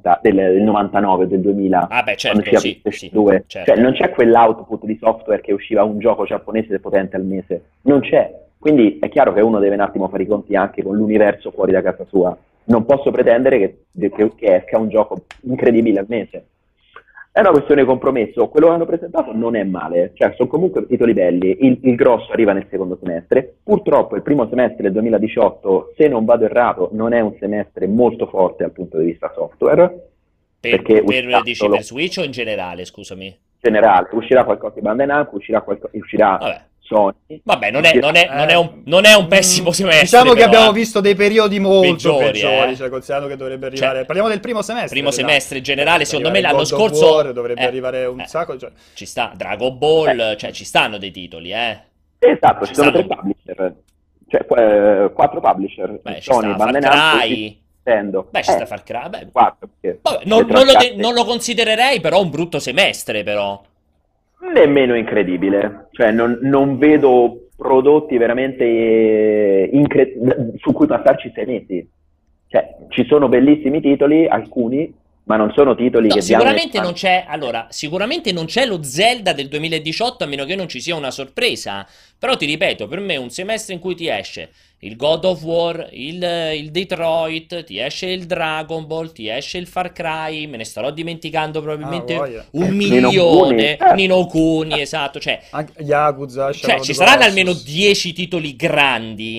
99, del 2000. Ah beh, certo, sì, certo. Cioè, non c'è quell'output di software che usciva un gioco giapponese potente al mese. Non c'è. Quindi è chiaro che uno deve un attimo fare i conti anche con l'universo fuori da casa sua. Non posso pretendere che esca un gioco incredibile al mese. È una questione di compromesso. Quello che hanno presentato non è male, cioè sono comunque titoli belli. Il grosso arriva nel secondo semestre. Purtroppo il primo semestre del 2018, se non vado errato, non è un semestre molto forte dal punto di vista software. Dici per Switch o in generale, scusami? In generale, uscirà qualcosa di Bandai Namco, uscirà Vabbè. Sony. Vabbè, non è un pessimo semestre. Diciamo che abbiamo visto dei periodi molto peggiori, cioè considerando che dovrebbe arrivare. Cioè, parliamo del primo semestre. Primo semestre generale, secondo me l'anno scorso War, dovrebbe arrivare un sacco. Cioè. Ci sta Dragon Ball, cioè ci stanno dei titoli, Esatto, ci sono 3 publisher, cioè 4 publisher. Beh, Sony, Bandai Namco. Beh, ci sta Far Cry. Beh. 4, vabbè, non lo considererei però un brutto semestre, però. Nemmeno incredibile, cioè non vedo prodotti veramente su cui passarci 6 mesi. Cioè, ci sono bellissimi titoli, alcuni, ma non sono titoli che sicuramente non c'è. Allora, sicuramente non c'è lo Zelda del 2018, a meno che non ci sia una sorpresa. Però ti ripeto, per me un semestre in cui ti esce il God of War, il Detroit, ti esce il Dragon Ball, ti esce il Far Cry, me ne starò dimenticando probabilmente 1 milione, Nino Kuni, esatto, cioè Yakuza, cioè ci saranno almeno 10 titoli grandi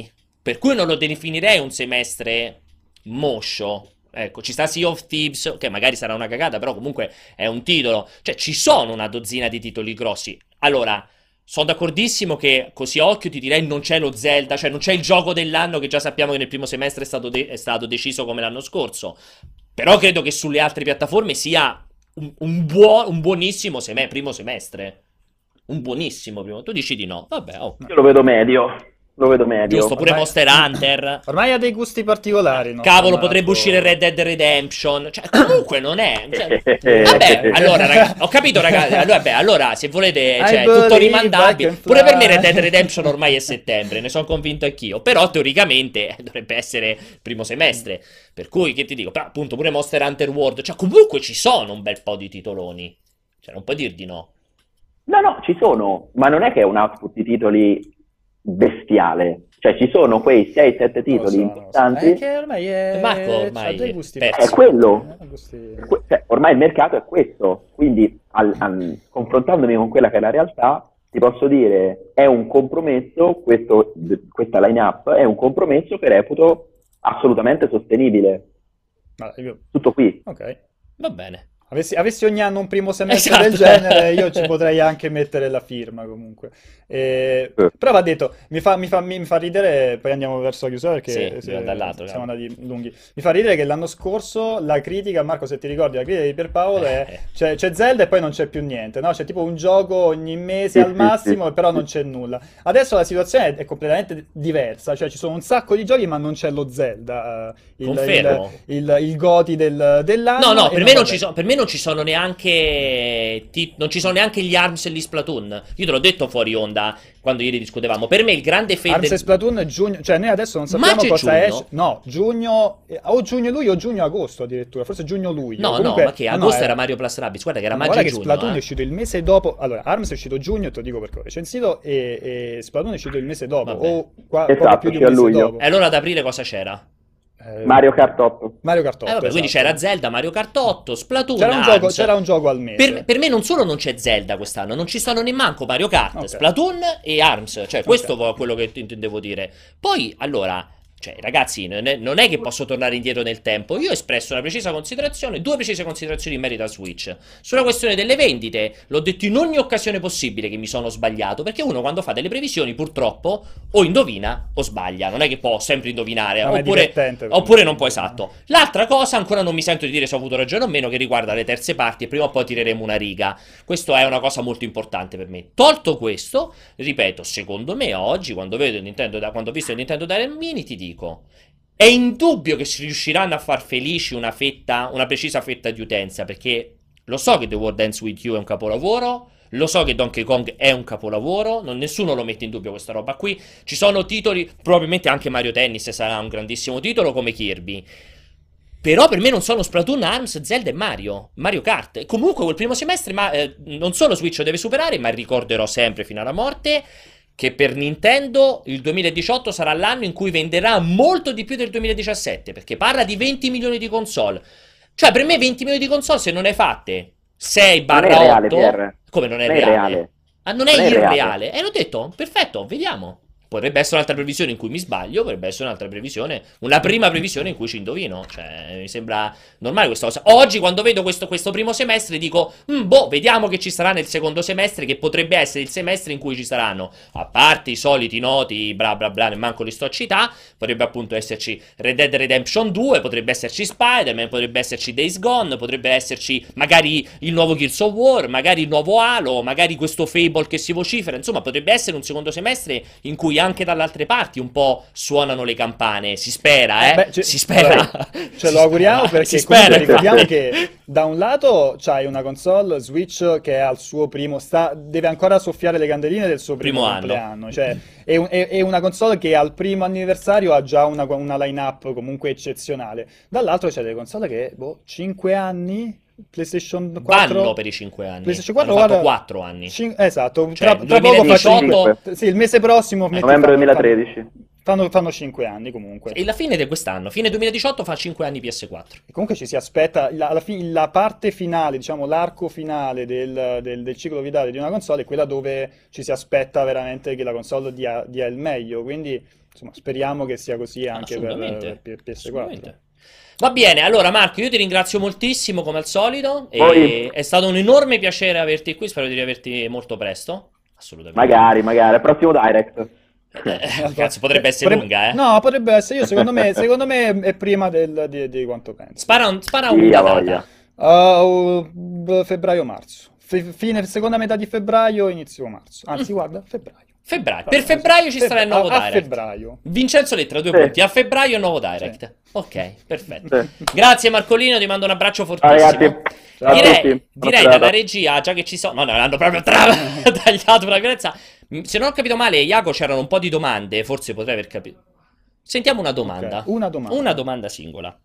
Per cui non lo definirei un semestre moscio. Ecco, ci sta Sea of Thieves, che magari sarà una cagata, però comunque è un titolo. Cioè, ci sono una dozzina di titoli grossi. Allora, sono d'accordissimo che così a occhio ti direi non c'è lo Zelda, cioè non c'è il gioco dell'anno che già sappiamo che nel primo semestre è stato deciso come l'anno scorso. Però credo che sulle altre piattaforme sia un buonissimo primo semestre. Un buonissimo primo. Tu dici di no? Vabbè, oh. Io lo vedo medio. Giusto, pure Monster Hunter. Ormai ha dei gusti particolari, no? Cavolo, potrebbe uscire Red Dead Redemption. Cioè, comunque non è. Vabbè, allora, ragazzi, ho capito, ragazzi. Allora, se volete, cioè, tutto rimandabile. Pure per me Red Dead Redemption ormai è settembre, ne sono convinto anch'io. Però teoricamente dovrebbe essere primo semestre. Per cui, che ti dico? Però, appunto, pure Monster Hunter World. Cioè, comunque ci sono un bel po' di titoloni. Cioè, non puoi dir di no. No, ci sono, ma non è che è un output di titoli bestiale, cioè ci sono quei 6-7 titoli importanti. È che ormai è Marco ormai è quello. Cioè, ormai il mercato è questo, quindi confrontandomi con quella che è la realtà ti posso dire è un compromesso, questa line-up è un compromesso che reputo assolutamente sostenibile. Tutto qui. Ok, va bene. Avessi ogni anno un primo semestre del genere, io ci potrei anche mettere la firma comunque. Però va detto, mi fa ridere, poi andiamo verso la chiusura perché siamo andati lunghi. Mi fa ridere che l'anno scorso la critica, Marco se ti ricordi, la critica di Pierpaolo è c'è Zelda e poi non c'è più niente, no? C'è tipo un gioco ogni mese al massimo, però non c'è nulla. Adesso la situazione è completamente diversa, cioè ci sono un sacco di giochi ma non c'è lo Zelda, il GOTY dell'anno. No, per me non ci sono neanche gli ARMS e gli Splatoon. Io te l'ho detto fuori onda quando ieri discutevamo. Per me il grande ARMS e Splatoon è giugno, cioè noi adesso non sappiamo cosa esce. No, giugno o giugno-luglio o giugno-agosto addirittura, forse giugno-luglio. No, comunque, ma che agosto era Mario Plus Rabbids, guarda che era maggio e giugno. Splatoon è uscito il mese dopo. Allora, ARMS è uscito giugno, te lo dico perché ho recensito, e Splatoon è uscito il mese dopo o poco più di un mese dopo. E allora ad aprile cosa c'era? Mario Kart 8. Vabbè, quindi c'era Zelda, Mario Kart 8, Splatoon, c'era un gioco al mese. Per me non solo non c'è Zelda quest'anno, non ci sono nemmanco Mario Kart, Splatoon e ARMS. Cioè, questo è quello che intendevo dire. Poi, allora, cioè, ragazzi, non è che posso tornare indietro nel tempo. Io ho espresso una precisa considerazione, 2 precise considerazioni in merito a Switch. Sulla questione delle vendite, l'ho detto in ogni occasione possibile che mi sono sbagliato, perché uno quando fa delle previsioni purtroppo o indovina o sbaglia. Non è che può sempre indovinare, oppure non può, esatto. L'altra cosa, ancora non mi sento di dire se ho avuto ragione o meno, che riguarda le terze parti, e prima o poi tireremo una riga. Questo è una cosa molto importante per me. Tolto questo, ripeto, secondo me oggi, quando ho visto il Nintendo Direct Mini, ti dico, è indubbio che si riusciranno a far felici una precisa fetta di utenza, perché lo so che The World Ends With You è un capolavoro, lo so che Donkey Kong è un capolavoro, nessuno lo mette in dubbio questa roba qui. Ci sono titoli, probabilmente anche Mario Tennis sarà un grandissimo titolo come Kirby. Però per me non sono Splatoon, ARMS, Zelda e Mario Kart. E comunque quel primo semestre non solo Switch lo deve superare, ma ricorderò sempre fino alla morte che per Nintendo il 2018 sarà l'anno in cui venderà molto di più del 2017, perché parla di 20 milioni di console. Cioè, per me 20 milioni di console, se non ne fatte 6/8... Come non è reale? Non è irreale. L'ho detto, perfetto, vediamo. Potrebbe essere un'altra previsione in cui mi sbaglio, potrebbe essere un'altra previsione, una prima previsione in cui ci indovino. Cioè, mi sembra normale questa cosa. Oggi, quando vedo questo primo semestre, dico, vediamo che ci sarà nel secondo semestre, che potrebbe essere il semestre in cui ci saranno, a parte i soliti noti, bla bla bla, manco li sto a citare, potrebbe appunto esserci Red Dead Redemption 2, potrebbe esserci Spider-Man, potrebbe esserci Days Gone, potrebbe esserci magari il nuovo Gears of War, magari il nuovo Halo, magari questo Fable che si vocifera, insomma, potrebbe essere un secondo semestre in cui anche dalle altre parti un po' suonano le campane, si spera, si spera. Ce lo auguriamo, perché comunque ricordiamo che da un lato c'hai una console Switch che è al suo primo, deve ancora soffiare le candeline del suo primo compleanno, cioè è una console che al primo anniversario ha già una line-up comunque eccezionale. Dall'altro c'è delle console che, 5 anni... PlayStation 4 vanno per i 5 anni. PlayStation 4 hanno fatto 4 anni. Esatto, cioè, tra poco fa il mese prossimo novembre 2013. Fanno 5 anni comunque. E la fine di quest'anno, fine 2018, fa 5 anni PS4. E comunque ci si aspetta la parte finale, diciamo l'arco finale del ciclo vitale di una console è quella dove ci si aspetta veramente che la console dia il meglio, quindi insomma, speriamo che sia così anche per PS4. Va bene, allora Marco, io ti ringrazio moltissimo come al solito, e è stato un enorme piacere averti qui, spero di riaverti molto presto. Assolutamente. Magari, al prossimo Direct. Cazzo, potrebbe essere lunga, eh? No, potrebbe essere, secondo me è prima di quanto penso. Spara una data. Febbraio-marzo. Seconda metà di febbraio, inizio marzo. Anzi, guarda, febbraio. Per febbraio ci sarà il nuovo Direct. A febbraio. Vincenzo Lettera, 2 punti. A febbraio il nuovo Direct. Sì. Ok, perfetto. Grazie Marcolino, ti mando un abbraccio fortissimo. Direi dalla regia, già che ci sono... No, l'hanno proprio tagliato per la violenza. Se non ho capito male, Iago, c'erano un po' di domande, forse potrei aver capito. Sentiamo una domanda. Okay, una domanda singola.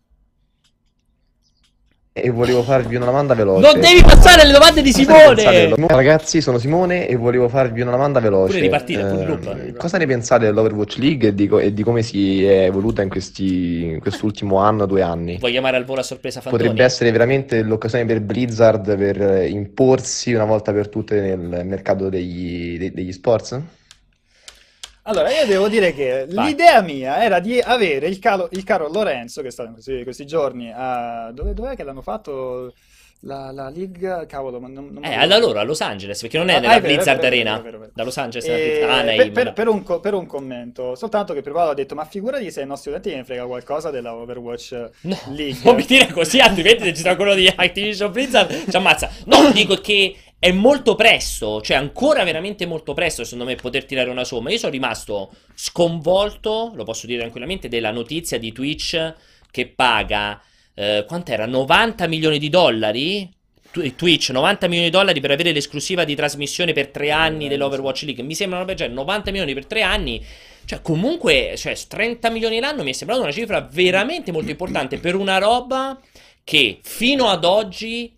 E volevo farvi una domanda veloce. Non devi passare alle domande di Simone! Ragazzi, sono Simone e volevo farvi una domanda veloce. Pure ripartire, cosa ne pensate dell'Overwatch League e di come si è evoluta in quest'ultimo anno, 2 anni? Vuoi chiamare al volo a sorpresa Fantoni? Potrebbe essere veramente l'occasione per Blizzard per imporsi una volta per tutte nel mercato degli sports? Allora, io devo dire che l'idea mia era di avere il caro Lorenzo, che sta in questi giorni a... Dov'è che l'hanno fatto la League? Cavolo, ma non da loro, a Los Angeles, perché non è nella Blizzard Arena. Da Los Angeles per un commento, soltanto che Privalo ha detto, ma figurati se ai nostri utenti ne frega qualcosa della Overwatch League. Non mi dire così, altrimenti se ci sta quello di Activision Blizzard ci ammazza. No, dico che... è molto presto, cioè ancora veramente molto presto secondo me poter tirare una somma. Io sono rimasto sconvolto, lo posso dire tranquillamente, della notizia di Twitch che paga, quant'era? 90 milioni di dollari? Twitch, 90 milioni di dollari per avere l'esclusiva di trasmissione per 3 anni dell'Overwatch League. Mi sembra una genere, 90 milioni per 3 anni. Cioè comunque, 30 milioni l'anno mi è sembrata una cifra veramente molto importante per una roba che fino ad oggi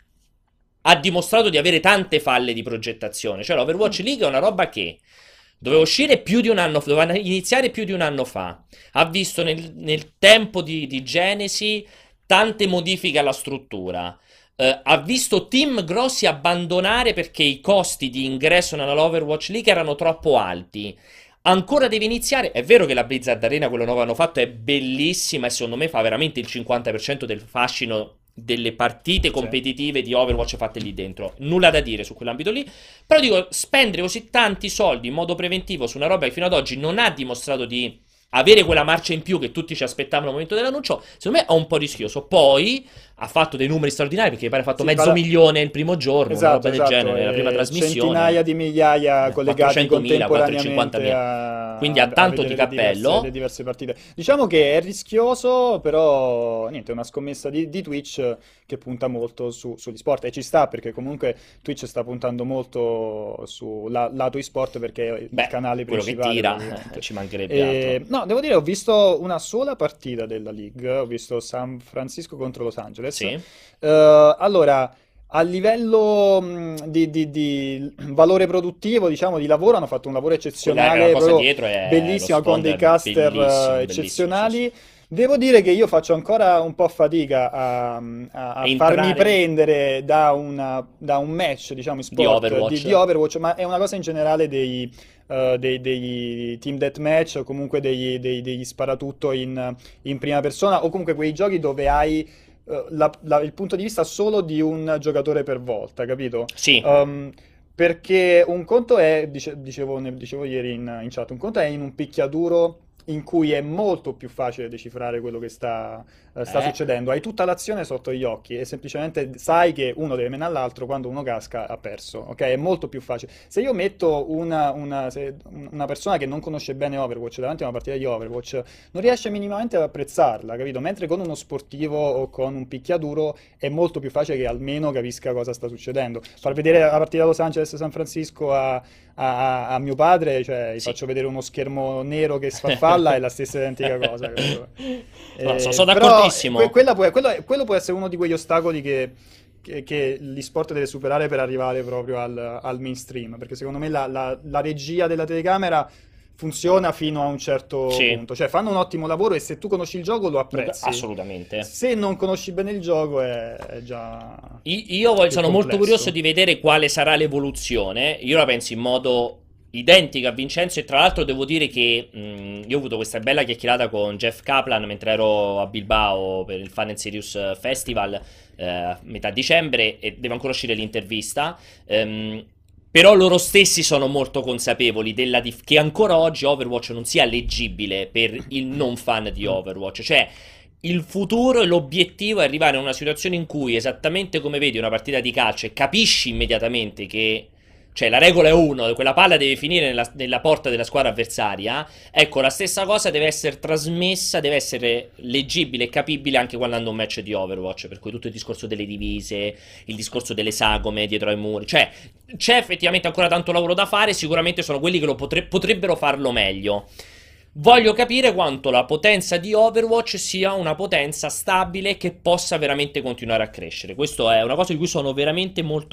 ha dimostrato di avere tante falle di progettazione. Cioè l'Overwatch League è una roba che doveva uscire più di un anno, doveva iniziare più di un anno fa. Ha visto nel tempo di genesi tante modifiche alla struttura. Ha visto team grossi abbandonare perché i costi di ingresso nell'Overwatch League erano troppo alti. Ancora deve iniziare. È vero che la Blizzard Arena, quello nuovo che hanno fatto, è bellissima e secondo me fa veramente il 50% del fascino delle partite competitive di Overwatch fatte lì dentro. Nulla da dire su quell'ambito lì. Però dico, spendere così tanti soldi in modo preventivo su una roba che fino ad oggi non ha dimostrato di avere quella marcia in più che tutti ci aspettavano al momento dell'annuncio, secondo me è un po' rischioso. Poi ha fatto dei numeri straordinari, perché mi pare ha fatto mezzo milione il primo giorno, una roba del genere, nella prima trasmissione. Centinaia di migliaia collegati contemporaneamente quindi ha tanto di cappello. Le diverse partite. Diciamo che è rischioso, però niente, è una scommessa di Twitch che punta molto sugli sport, e ci sta, perché comunque Twitch sta puntando molto sul lato e-sport, perché è il canale principale. Quello che tira, ci mancherebbe altro. No, devo dire, ho visto una sola partita della League, ho visto San Francisco contro Los Angeles. Sì. Allora, a livello di valore produttivo, diciamo, di lavoro, hanno fatto un lavoro eccezionale, bellissimo, con dei caster eccezionali. Sì. Devo dire che io faccio ancora un po' fatica a farmi prendere da un match, diciamo, sport di Overwatch, ma è una cosa in generale dei team deathmatch, o comunque degli sparatutto in prima persona, o comunque quei giochi dove hai il punto di vista solo di un giocatore per volta, capito? Sì. Perché un conto è, dicevo ieri in chat, un conto è in un picchiaduro in cui è molto più facile decifrare quello che sta succedendo. Hai tutta l'azione sotto gli occhi e semplicemente sai che uno deve menare l'altro, quando uno casca ha perso, ok? È molto più facile. Se io metto una persona che non conosce bene Overwatch davanti a una partita di Overwatch, non riesce minimamente ad apprezzarla, capito? Mentre con uno sportivo o con un picchiaduro è molto più facile che almeno capisca cosa sta succedendo. Far vedere la partita Los Angeles San Francisco a mio padre, cioè gli faccio vedere uno schermo nero che sfarfalla, è la stessa identica cosa. Sono d'accordissimo. Quello può essere uno di quegli ostacoli che l'e-sport deve superare per arrivare proprio al mainstream, perché secondo me la regia della telecamera funziona fino a un certo punto, cioè fanno un ottimo lavoro e se tu conosci il gioco lo apprezzi. Assolutamente. Se non conosci bene il gioco è già io sono molto curioso di vedere quale sarà l'evoluzione. Io la penso in modo identica a Vincenzo, e tra l'altro devo dire che io ho avuto questa bella chiacchierata con Jeff Kaplan mentre ero a Bilbao per il Fun and Serious Festival metà dicembre, e devo ancora uscire l'intervista. Però loro stessi sono molto consapevoli che ancora oggi Overwatch non sia leggibile per il non fan di Overwatch. Cioè, il futuro e l'obiettivo è arrivare a una situazione in cui, esattamente come vedi una partita di calcio e capisci immediatamente che, cioè, la regola è uno, quella palla deve finire nella porta della squadra avversaria, ecco, la stessa cosa deve essere trasmessa, deve essere leggibile e capibile anche guardando un match di Overwatch, per cui tutto il discorso delle divise, il discorso delle sagome dietro ai muri, cioè, c'è effettivamente ancora tanto lavoro da fare, sicuramente sono quelli che lo potrebbero farlo meglio. Voglio capire quanto la potenza di Overwatch sia una potenza stabile che possa veramente continuare a crescere. Questo è una cosa di cui sono veramente molto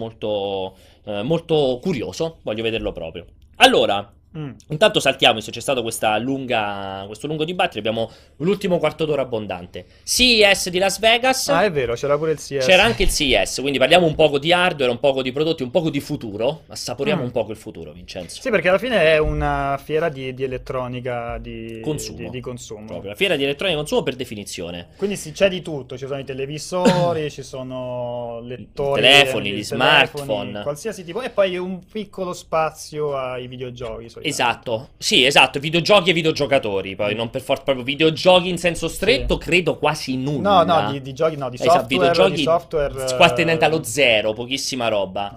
curioso. Voglio vederlo proprio. Allora, intanto saltiamo, se c'è stato questo lungo dibattito. Abbiamo l'ultimo quarto d'ora abbondante. CES di Las Vegas. Ah, è vero, c'era pure il CES. C'era anche il CES, quindi parliamo un poco di hardware, un poco di prodotti, un poco di futuro. Assaporiamo un poco il futuro, Vincenzo. Sì, perché alla fine è una fiera di elettronica di consumo. Di consumo. Proprio, la fiera di elettronica di consumo per definizione. Quindi c'è di tutto, ci sono i televisori, ci sono lettori, telefoni, gli smartphone, qualsiasi tipo, e poi un piccolo spazio ai videogiochi. Esatto, sì, esatto, videogiochi e videogiocatori, poi non per forza proprio videogiochi in senso stretto, credo quasi nulla. No, di giochi no, di software, videogiochi di software quasi tenente allo zero, pochissima roba.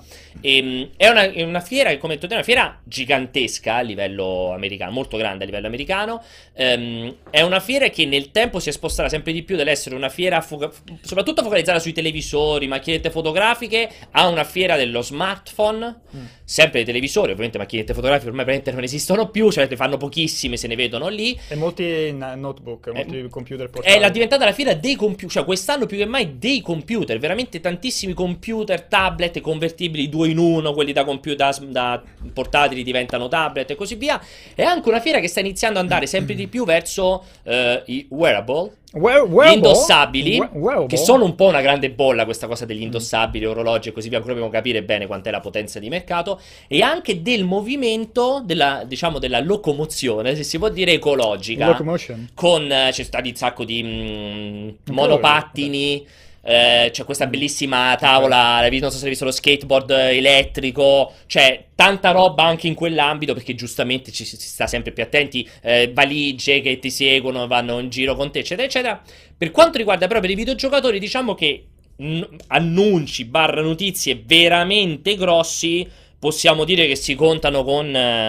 È una fiera che, come detto, è una fiera gigantesca a livello americano, molto grande a livello americano. È una fiera che nel tempo si è spostata sempre di più dall'essere una fiera soprattutto focalizzata sui televisori, macchinette fotografiche, a una fiera dello smartphone. Sempre dei televisori, ovviamente macchinette fotografiche ormai praticamente non esistono più, cioè ne fanno pochissime, se ne vedono lì. E molti notebook, molti computer portatili. È diventata la fiera dei computer, cioè quest'anno più che mai dei computer, veramente tantissimi computer, tablet convertibili 2 in 1, quelli da computer da portatili diventano tablet e così via. È anche una fiera che sta iniziando ad andare sempre di più verso i wearable. Gli indossabili, che sono un po' una grande bolla, questa cosa degli indossabili, orologi e così via. Ancora dobbiamo capire bene quant'è la potenza di mercato, e anche del movimento, della locomozione, se si può dire, ecologica. Locomotion. C'è stato un sacco di monopattini. C'è questa bellissima tavola, non so se hai visto, lo skateboard elettrico, cioè tanta roba anche in quell'ambito, perché giustamente si sta sempre più attenti, valigie che ti seguono, vanno in giro con te, eccetera eccetera. Per quanto riguarda però per i videogiocatori, diciamo che annunci / notizie veramente grossi possiamo dire che si contano con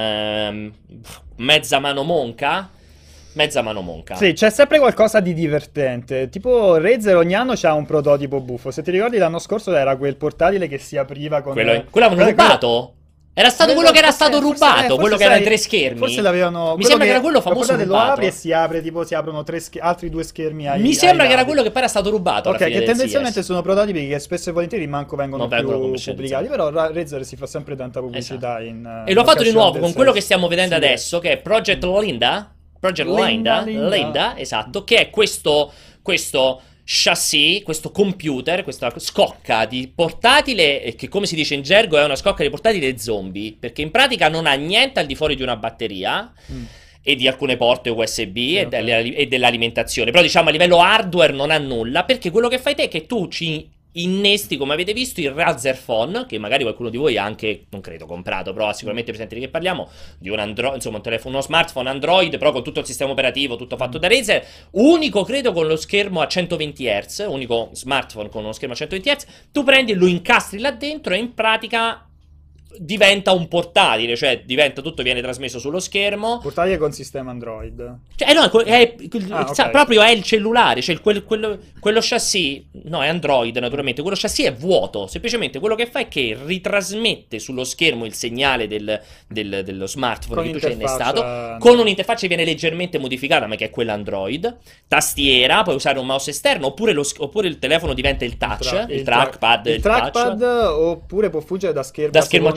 mezza mano monca. Sì, c'è sempre qualcosa di divertente. Tipo Razer ogni anno c'ha un prototipo buffo. Se ti ricordi, l'anno scorso era quel portatile che si apriva con... Quello avevano rubato? Era stato quello che era stato rubato, quello che era 3 schermi. Forse l'avevano... Mi sembra che era quello famoso rubato. Lo apri e si apre, tipo si aprono altri 2 schermi Mi sembra che era quello che poi era stato rubato. Ok, che tendenzialmente sono prototipi che spesso e volentieri manco vengono più pubblicati. Però Razer si fa sempre tanta pubblicità e lo ha fatto di nuovo con quello che stiamo vedendo adesso, che è Project Linda. Linda, esatto, che è questo chassis, questo computer, questa scocca di portatile, che come si dice in gergo è una scocca di portatile zombie, perché in pratica non ha niente al di fuori di una batteria e di alcune porte USB e dell'alimentazione, però diciamo a livello hardware non ha nulla, perché quello che fai te è che tu ci innesti, come avete visto, il Razer Phone, che magari qualcuno di voi ha anche, non credo, comprato, però sicuramente presente di che parliamo, di un Android, insomma un telefono, uno smartphone Android, però con tutto il sistema operativo, tutto fatto da Razer, unico credo con lo schermo a 120 Hz, unico smartphone con uno schermo a 120 Hz, tu prendi e lo incastri là dentro e in pratica diventa un portatile, cioè tutto viene trasmesso sullo schermo. Portatile con sistema Android. Cioè, no, okay. Proprio è il cellulare, cioè quello chassis, no, è Android naturalmente, quello chassis è vuoto, semplicemente quello che fa è che ritrasmette sullo schermo il segnale dello smartphone che tu ci hai innestato, con un'interfaccia che viene leggermente modificata, ma che è quella Android, tastiera, puoi usare un mouse esterno, oppure il telefono diventa il touch, il trackpad, oppure può fuggire da schermo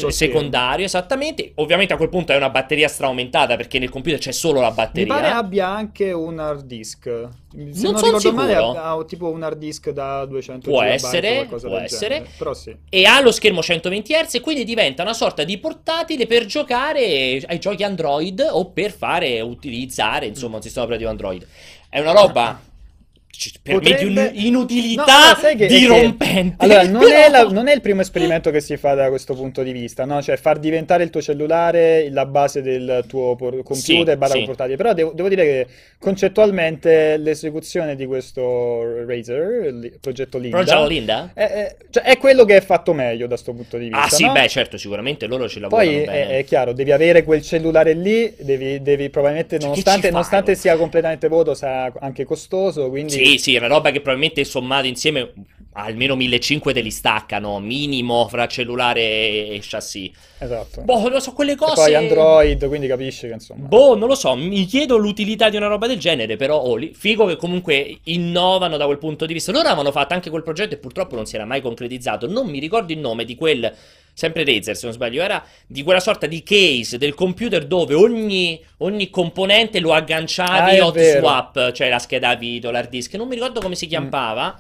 secondario, esattamente. Ovviamente a quel punto è una batteria straumentata perché nel computer c'è solo la batteria. Mi pare abbia anche un hard disk. Se non ricordo sicuro. male ha tipo un hard disk da 200 può GB essere, può essere. Però sì. E ha lo schermo 120 Hz e quindi diventa una sorta di portatile per giocare ai giochi Android o per utilizzare insomma un sistema operativo Android. È una roba per me di un'inutilità dirompente. Allora, non è il primo esperimento che si fa da questo punto di vista, no? Cioè far diventare il tuo cellulare la base del tuo computer portatile. Però devo dire che concettualmente l'esecuzione di questo Razer, il progetto Linda, è quello che è fatto meglio da questo punto di vista. Ah sì, no? Beh, certo, sicuramente loro ci lavorano Poi bene. È chiaro, devi avere quel cellulare lì, devi probabilmente, nonostante sia completamente vuoto, sarà anche costoso, quindi... Sì, è una roba che probabilmente sommato insieme almeno 1.500 te li staccano, minimo, fra cellulare e chassis. Esatto. Boh, lo so, quelle cose... E poi Android, quindi capisci che insomma... Boh, non lo so, mi chiedo l'utilità di una roba del genere, però figo che comunque innovano da quel punto di vista. Loro avevano fatto anche quel progetto e purtroppo non si era mai concretizzato. Non mi ricordo il nome di quel... sempre Razer se non sbaglio, era di quella sorta di case del computer dove ogni componente lo agganciavi hot swap, cioè la scheda video, l'hard disk, non mi ricordo come si chiamava,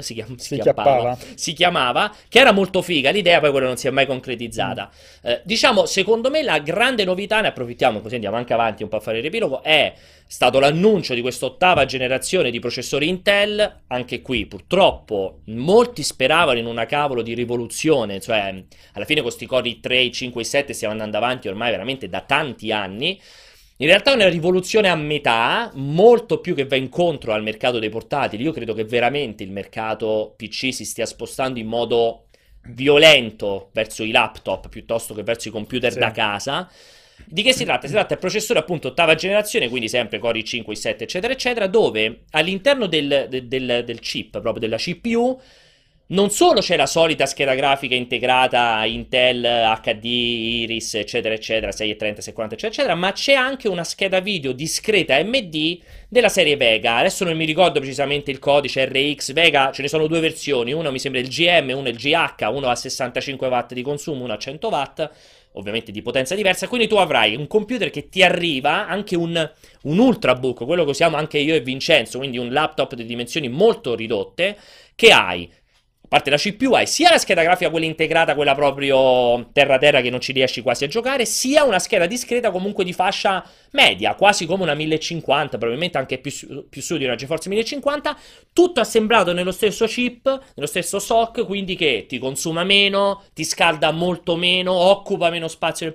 si chiamava, che era molto figa, l'idea poi quella non si è mai concretizzata. Diciamo, secondo me la grande novità, ne approfittiamo così andiamo anche avanti un po' a fare il riepilogo, è stato l'annuncio di questa 8ª generazione di processori Intel. Anche qui purtroppo molti speravano in una cavolo di rivoluzione, cioè alla fine con sti Core i3, i 5, i 7 stiamo andando avanti ormai veramente da tanti anni. In realtà è una rivoluzione a metà, molto più che va incontro al mercato dei portatili. Io credo che veramente il mercato PC si stia spostando in modo violento verso i laptop piuttosto che verso i computer da casa. Di che si tratta? Si tratta del processore appunto 8ª generazione, quindi sempre Core i5, i7 eccetera eccetera, dove all'interno del chip, proprio della CPU, non solo c'è la solita scheda grafica integrata Intel HD, Iris eccetera eccetera, 630, 640 eccetera eccetera, ma c'è anche una scheda video discreta AMD della serie Vega. Adesso non mi ricordo precisamente il codice RX Vega, ce ne sono due versioni, uno mi sembra il GM, uno il GH, uno a 65 watt di consumo, uno a 100 watt, ovviamente di potenza diversa. Quindi tu avrai un computer che ti arriva, anche un ultrabook, quello che usiamo anche io e Vincenzo, quindi un laptop di dimensioni molto ridotte, che hai, a parte la CPU, hai sia la scheda grafica, quella integrata, quella proprio terra-terra che non ci riesci quasi a giocare, sia una scheda discreta comunque di fascia media, quasi come una 1050, probabilmente anche più su di una GeForce 1050, tutto assemblato nello stesso chip, nello stesso SoC, quindi che ti consuma meno, ti scalda molto meno, occupa meno spazio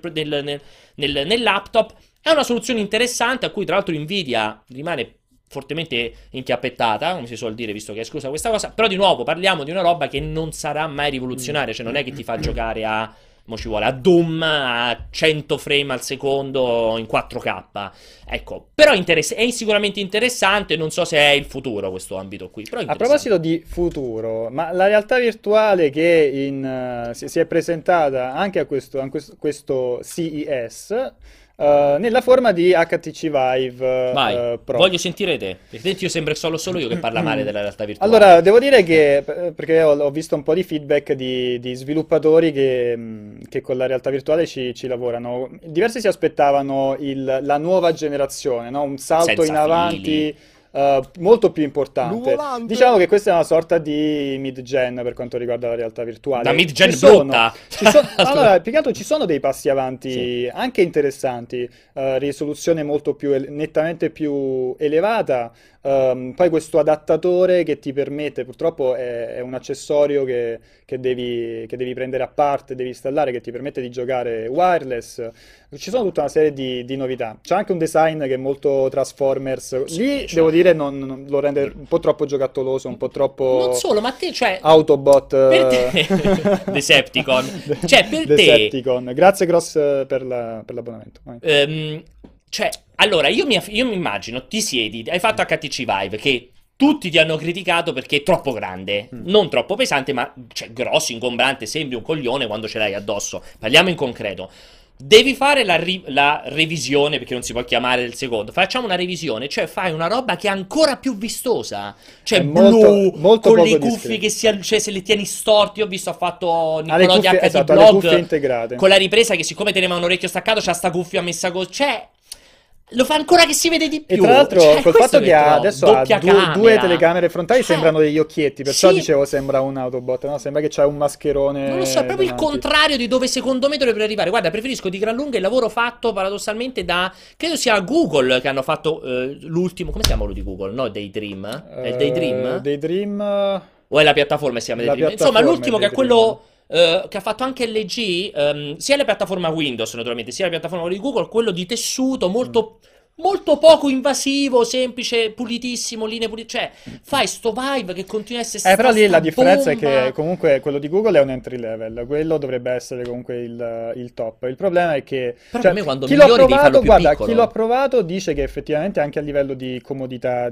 nel laptop. È una soluzione interessante a cui tra l'altro Nvidia rimane fortemente inchiappettata, come si suol dire, visto che è esclusa questa cosa. Però di nuovo parliamo di una roba che non sarà mai rivoluzionaria, cioè non è che ti fa giocare a Doom a 100 frame al secondo in 4K, ecco. Però è sicuramente interessante, non so se è il futuro questo ambito qui, però a proposito di futuro, ma la realtà virtuale che si è presentata anche a questo CES, nella forma di HTC Vive Pro. Voglio sentire te, perché io sembra solo io che parla male della realtà virtuale. Allora, devo dire che, perché ho visto un po' di feedback di sviluppatori che con la realtà virtuale ci lavorano. Diversi si aspettavano la nuova generazione, no? Un salto senza in avanti fili. Molto più importante. Diciamo che questa è una sorta di mid-gen per quanto riguarda la realtà virtuale. La mid-gen brutta. Allora, più che altro ci sono dei passi avanti anche interessanti, risoluzione nettamente più elevata, poi questo adattatore che ti permette, purtroppo è un accessorio che devi prendere a parte, devi installare, che ti permette di giocare wireless. Ci sono tutta una serie di novità. C'è anche un design che è molto Transformers. Lì devo dire lo rende un po' troppo giocattoloso, un po' troppo... Non solo, ma te, cioè... Autobot. Per te... Decepticon. Cioè, per Decepticon. Grazie Gross per l'abbonamento. Cioè, allora, io mi immagino, ti siedi, hai fatto HTC Vive, che tutti ti hanno criticato perché è troppo grande, non troppo pesante, ma cioè, grosso, ingombrante, sembri un coglione quando ce l'hai addosso. Parliamo in concreto. Devi fare la revisione, perché non si può chiamare del secondo. Facciamo una revisione, cioè fai una roba che è ancora più vistosa. Cioè blu, molto con le cuffie che cioè, se le tieni storti. Ho visto, ha fatto Niccolò di HD esatto, Blog con la ripresa che siccome teneva un orecchio staccato c'ha sta cuffia messa così. Cioè, lo fa ancora che si vede di più. E tra l'altro, col fatto che adesso ha due telecamere frontali, sembrano degli occhietti. Perciò dicevo, sembra un Autobot, no? Sembra che c'ha un mascherone. Non lo so, è proprio il contrario di dove secondo me dovrebbero arrivare. Guarda, preferisco di gran lunga il lavoro fatto paradossalmente da, credo sia Google, che hanno fatto l'ultimo. Come si chiama quello di Google? No, Daydream? È il Daydream? Daydream. O è la piattaforma si chiama Daydream? Insomma, l'ultimo che è quello che ha fatto anche LG, sia la piattaforma Windows naturalmente, sia la piattaforma di Google, quello di tessuto molto poco invasivo, semplice, pulitissimo, linee pulite, cioè fai sto vibe che continua a essere però lì la differenza è che comunque quello di Google è un entry level, quello dovrebbe essere comunque il top. Il problema è che per me quando chi l'ha provato, guarda, chi l'ha provato dice che effettivamente anche a livello di comodità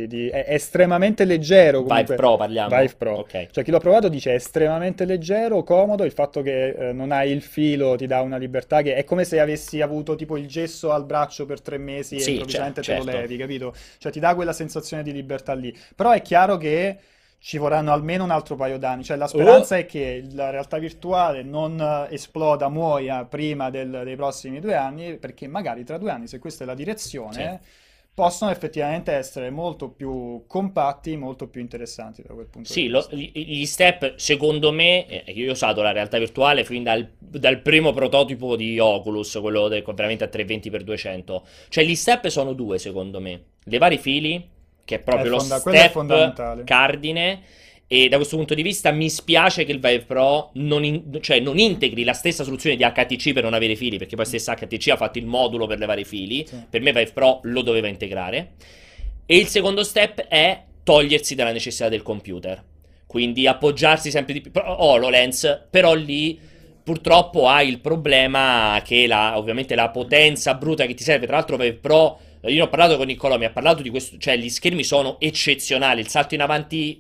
è estremamente leggero comunque. Vive Pro parliamo. Vive Pro. Okay. Cioè chi l'ha provato dice è estremamente leggero, comodo, il fatto che non hai il filo ti dà una libertà che è come se avessi avuto tipo il gesso al braccio per 3 mesi e improvvisamente te lo levi, capito? Cioè ti dà quella sensazione di libertà lì. Però è chiaro che ci vorranno almeno un altro paio d'anni. Cioè la speranza è che la realtà virtuale non esploda, muoia prima dei prossimi 2 anni, perché magari tra 2 anni, se questa è la direzione, possono effettivamente essere molto più compatti, molto più interessanti da quel punto di vista. Gli step, secondo me, io ho usato la realtà virtuale fin dal primo prototipo di Oculus, quello veramente a 320x200. Cioè gli step sono 2, secondo me. Levare i fili, che è proprio lo step cardine. E da questo punto di vista mi spiace che il Vive Pro non integri la stessa soluzione di HTC per non avere fili, perché poi stessa HTC ha fatto il modulo per levare i fili. Per me Vive Pro lo doveva integrare. E il secondo step è togliersi dalla necessità del computer, quindi appoggiarsi sempre di più. HoloLens, però lì purtroppo hai il problema che ovviamente la potenza bruta che ti serve. Tra l'altro Vive Pro, io ho parlato con Niccolò, mi ha parlato di questo, cioè gli schermi sono eccezionali, il salto in avanti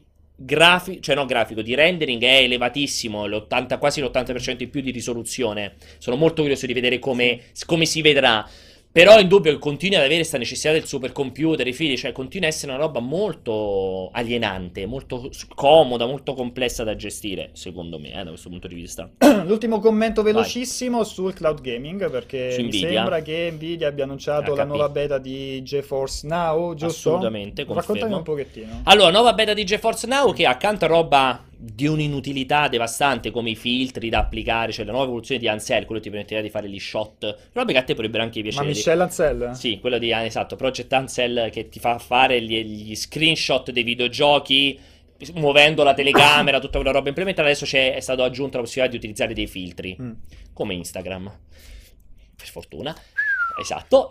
grafico di rendering è elevatissimo, quasi l'80% in più di risoluzione. Sono molto curioso di vedere come si vedrà. Però è indubbio che continui ad avere questa necessità del supercomputer, i fili, cioè continua a essere una roba molto alienante, molto scomoda, molto complessa da gestire, secondo me, da questo punto di vista. L'ultimo commento velocissimo sul cloud gaming, perché mi sembra che Nvidia abbia annunciato la nuova beta di GeForce Now, giusto? Assolutamente, confermo. Raccontami un pochettino. Allora, nuova beta di GeForce Now che accanto a roba di un'inutilità devastante come i filtri da applicare, cioè la nuova evoluzione di Ansel, quello che ti permetterà di fare gli shot, roba che a te potrebbero anche piacere. Ma Michel Ansel? Sì, quello di esatto, Project Ansel, che ti fa fare gli screenshot dei videogiochi muovendo la telecamera, tutta quella roba implementata. Adesso è stato aggiunto la possibilità di utilizzare dei filtri come Instagram, per fortuna. Esatto,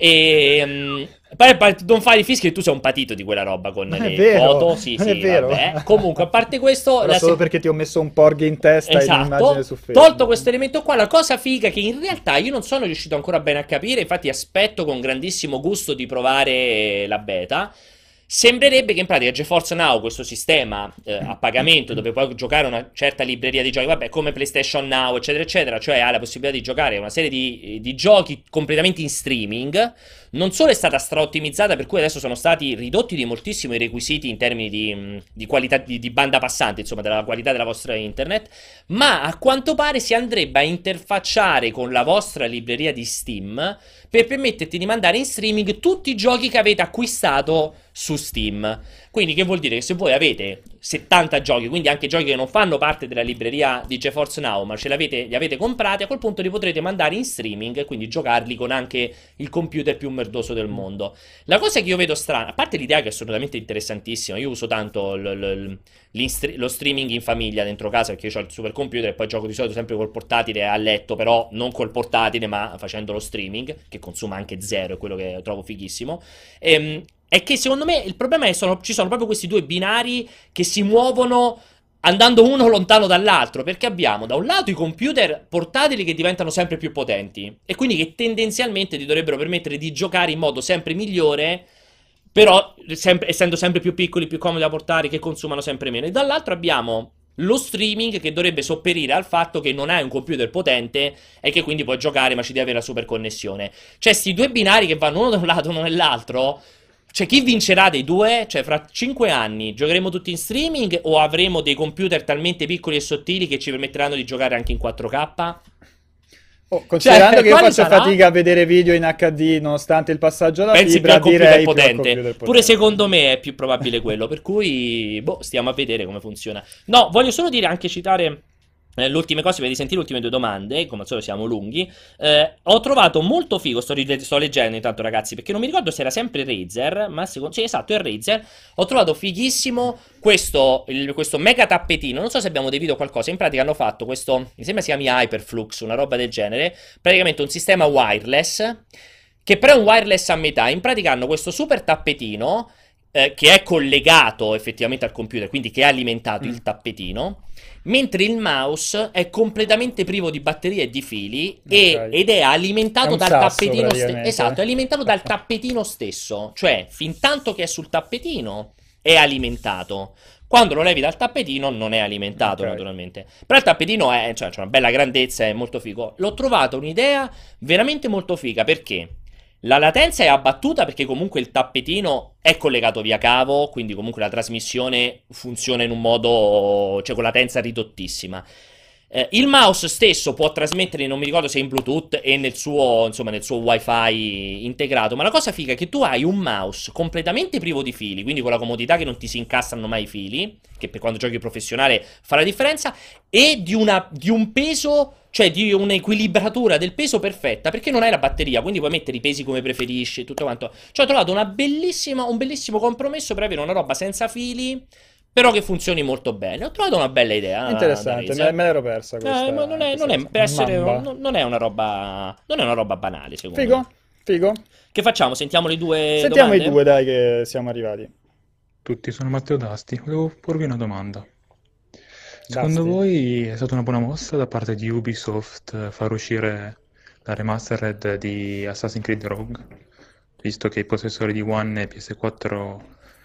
e poi non fai i fischi che tu sei un patito di quella roba con le foto. Sì, è vero. Vabbè. Comunque, a parte questo, solo perché ti ho messo un porg in testa e un'immagine su Facebook. Tolto questo elemento qua, la cosa figa che in realtà io non sono riuscito ancora bene a capire, infatti aspetto con grandissimo gusto di provare la beta. Sembrerebbe che in pratica GeForce Now, questo sistema a pagamento dove puoi giocare una certa libreria di giochi, vabbè, come PlayStation Now, eccetera, eccetera, cioè hai la possibilità di giocare una serie di giochi completamente in streaming. Non solo è stata straottimizzata, per cui adesso sono stati ridotti di moltissimo i requisiti in termini di qualità di banda passante, insomma, della qualità della vostra internet, ma a quanto pare si andrebbe a interfacciare con la vostra libreria di Steam per permetterti di mandare in streaming tutti i giochi che avete acquistato su Steam. Quindi che vuol dire che se voi avete 70 giochi, quindi anche giochi che non fanno parte della libreria di GeForce Now, ma li avete comprati, a quel punto li potrete mandare in streaming e quindi giocarli con anche il computer più merdoso del mondo. La cosa che io vedo strana, a parte l'idea che è assolutamente interessantissima, io uso tanto lo streaming in famiglia dentro casa perché io ho il supercomputer e poi gioco di solito sempre col portatile a letto, però non col portatile ma facendo lo streaming, che consuma anche zero, è quello che trovo fighissimo. È che secondo me il problema è che ci sono proprio questi due binari che si muovono andando uno lontano dall'altro, perché abbiamo da un lato i computer portatili che diventano sempre più potenti e quindi che tendenzialmente ti dovrebbero permettere di giocare in modo sempre migliore, però essendo sempre più piccoli, più comodi da portare, che consumano sempre meno. E dall'altro abbiamo lo streaming che dovrebbe sopperire al fatto che non hai un computer potente e che quindi puoi giocare ma ci devi avere la super connessione. Cioè, sti due binari che vanno uno da un lato e uno dall'altro, cioè chi vincerà dei due? Cioè, fra 5 anni giocheremo tutti in streaming o avremo dei computer talmente piccoli e sottili che ci permetteranno di giocare anche in 4K? Considerando che io faccio fatica a vedere video in HD nonostante il passaggio alla fibra, direi potente. Pure secondo me è più probabile quello, per cui stiamo a vedere come funziona. No, voglio solo dire, anche citare l'ultima cosa, per risentire le ultime due domande, come al solito siamo lunghi. Ho trovato molto figo, sto leggendo intanto ragazzi, perché non mi ricordo se era sempre Razer, ma sì, esatto, è Razer. Ho trovato fighissimo questo mega tappetino, non so se abbiamo dei video o qualcosa, in pratica hanno fatto questo, mi sembra si chiami Hyperflux, una roba del genere, praticamente un sistema wireless, che però è un wireless a metà. In pratica hanno questo super tappetino, che è collegato effettivamente al computer, quindi che ha alimentato il tappetino, mentre il mouse è completamente privo di batterie e di fili, ed è alimentato dal tappetino stesso. Esatto, è alimentato dal tappetino stesso, cioè fin tanto che è sul tappetino è alimentato. Quando lo levi dal tappetino non è alimentato, naturalmente. Però il tappetino c'è una bella grandezza, è molto figo. L'ho trovato un'idea veramente molto figa, perché la latenza è abbattuta perché comunque il tappetino è collegato via cavo, quindi comunque la trasmissione funziona in un modo, cioè con latenza ridottissima. Il mouse stesso può trasmettere, non mi ricordo se in Bluetooth e nel suo Wi-Fi integrato, ma la cosa figa è che tu hai un mouse completamente privo di fili, quindi con la comodità che non ti si incastrano mai i fili, che per quando giochi professionale fa la differenza, e di un peso, cioè di un'equilibratura del peso perfetta, perché non hai la batteria, quindi puoi mettere i pesi come preferisci e tutto quanto. Cioè ho trovato un bellissimo compromesso per avere una roba senza fili, però che funzioni molto bene. Ho trovato una bella idea. Interessante, me l'ero persa questa. Ma non è una roba banale, secondo me. Figo. Che facciamo? Sentiamo le due Sentiamo domande? I due, dai, che siamo arrivati. Tutti, sono Matteo D'Asti. Volevo porvi una domanda. Secondo voi è stata una buona mossa da parte di Ubisoft far uscire la remastered di Assassin's Creed Rogue? Visto che i possessori di One e PS4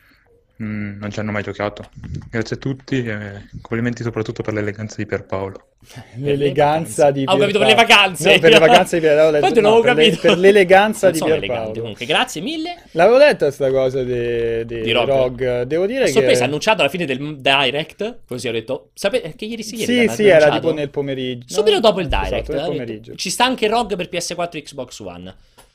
non ci hanno mai giocato. Grazie a tutti e complimenti soprattutto per l'eleganza di Pierpaolo. L'eleganza di Pierpaolo. Ho capito per le vacanze. No, per le vacanze di Pierpaolo. Infatti non avevo capito. Per l'eleganza di Pierpaolo. Elegante. Comunque, grazie mille. L'avevo letta questa cosa di Rogue. Devo dire che... Sorpresa, annunciato alla fine del Direct, così ho detto, sapete che ieri sì, era tipo nel pomeriggio. Subito dopo il Direct. Esatto, nel pomeriggio. Ci sta anche Rogue per PS4 e Xbox One.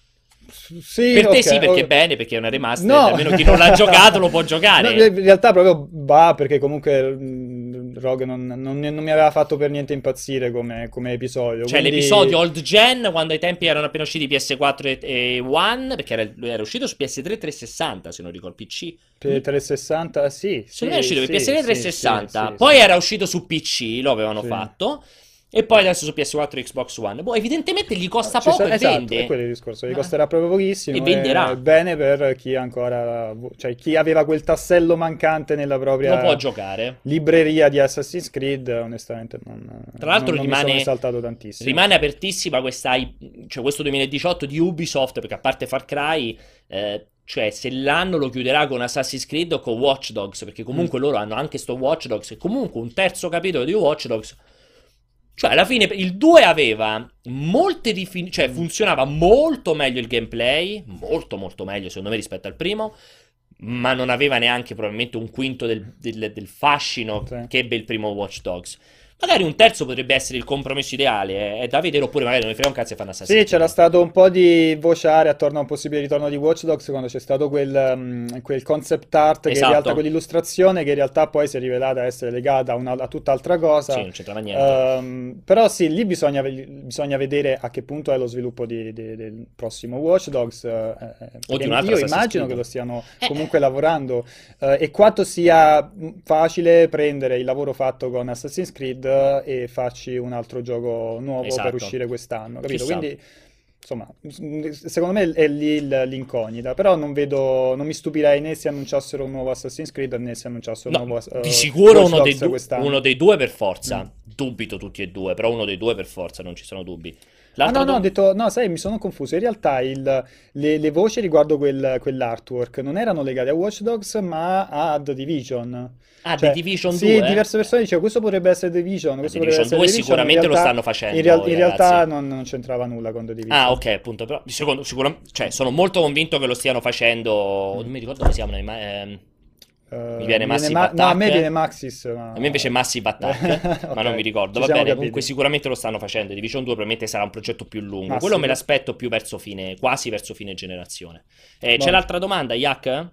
Sì, per te sì, perché è bene, perché è una remaster, almeno chi non l'ha giocato lo può giocare. No, in realtà proprio perché comunque Rogue non mi aveva fatto per niente impazzire come episodio. Cioè quindi... l'episodio old gen, quando ai tempi erano appena usciti PS4 e One, perché era uscito su PS3 e 360, se non ricordo, PC. Per 360, sì. Se non è uscito per PS3 e 360, poi era uscito su PC, lo avevano fatto. E poi adesso su PS4 e Xbox One. Evidentemente gli costa poco e vende. È quello il discorso. Gli costerà proprio pochissimo. E venderà. È bene per chi ancora... Cioè, chi aveva quel tassello mancante nella propria... Lo può giocare. Libreria di Assassin's Creed, onestamente Tra l'altro mi sono esaltato tantissimo. Rimane apertissima questo 2018 di Ubisoft, perché a parte Far Cry... cioè se l'anno lo chiuderà con Assassin's Creed o con Watch Dogs, perché comunque loro hanno anche sto Watch Dogs e comunque un terzo capitolo di Watch Dogs. Cioè alla fine il 2 aveva molte cioè funzionava molto meglio il gameplay, molto molto meglio secondo me rispetto al primo, ma non aveva neanche probabilmente un quinto del fascino che ebbe il primo Watch Dogs. Magari un terzo potrebbe essere il compromesso ideale, è da vedere, oppure magari non mi frega un cazzo e fanno Assassin's Creed. Sì, c'era stato un po' di vociare attorno a un possibile ritorno di Watch Dogs quando c'è stato quel concept art che in realtà quell'illustrazione che in realtà poi si è rivelata essere legata a tutt'altra cosa. Sì, non c'entrava niente. Però sì, lì bisogna vedere a che punto è lo sviluppo del prossimo Watch Dogs. O di un altro io immagino che lo stiano comunque lavorando e quanto sia facile prendere il lavoro fatto con Assassin's Creed e farci un altro gioco nuovo per uscire quest'anno, capito? Quindi insomma, secondo me è lì l'incognita, però non mi stupirei né se annunciassero un nuovo Assassin's Creed né se annunciassero un nuovo di sicuro uno dei due per forza. dubito tutti e due, però uno dei due per forza, non ci sono dubbi. Ho detto, no, sai, mi sono confuso. In realtà le voci riguardo quell'artwork non erano legate a Watch Dogs, ma a The Division. Ah, The Division 2? Sì, diverse persone dicevano questo potrebbe essere The Division. Questo The Division 2 sicuramente lo stanno facendo. In realtà non c'entrava nulla con The Division. Ah, ok, appunto. Però cioè, sono molto convinto che lo stiano facendo. Non mi ricordo come si chiamano. Mi viene Massive Attack. No, a me viene Maxis. A me invece Massive Attack, okay, ma non mi ricordo. Va bene, capiti. Comunque sicuramente lo stanno facendo. Division 2 probabilmente sarà un progetto più lungo. Massive. Quello me l'aspetto più verso fine, quasi verso fine generazione. C'è l'altra domanda, Yak?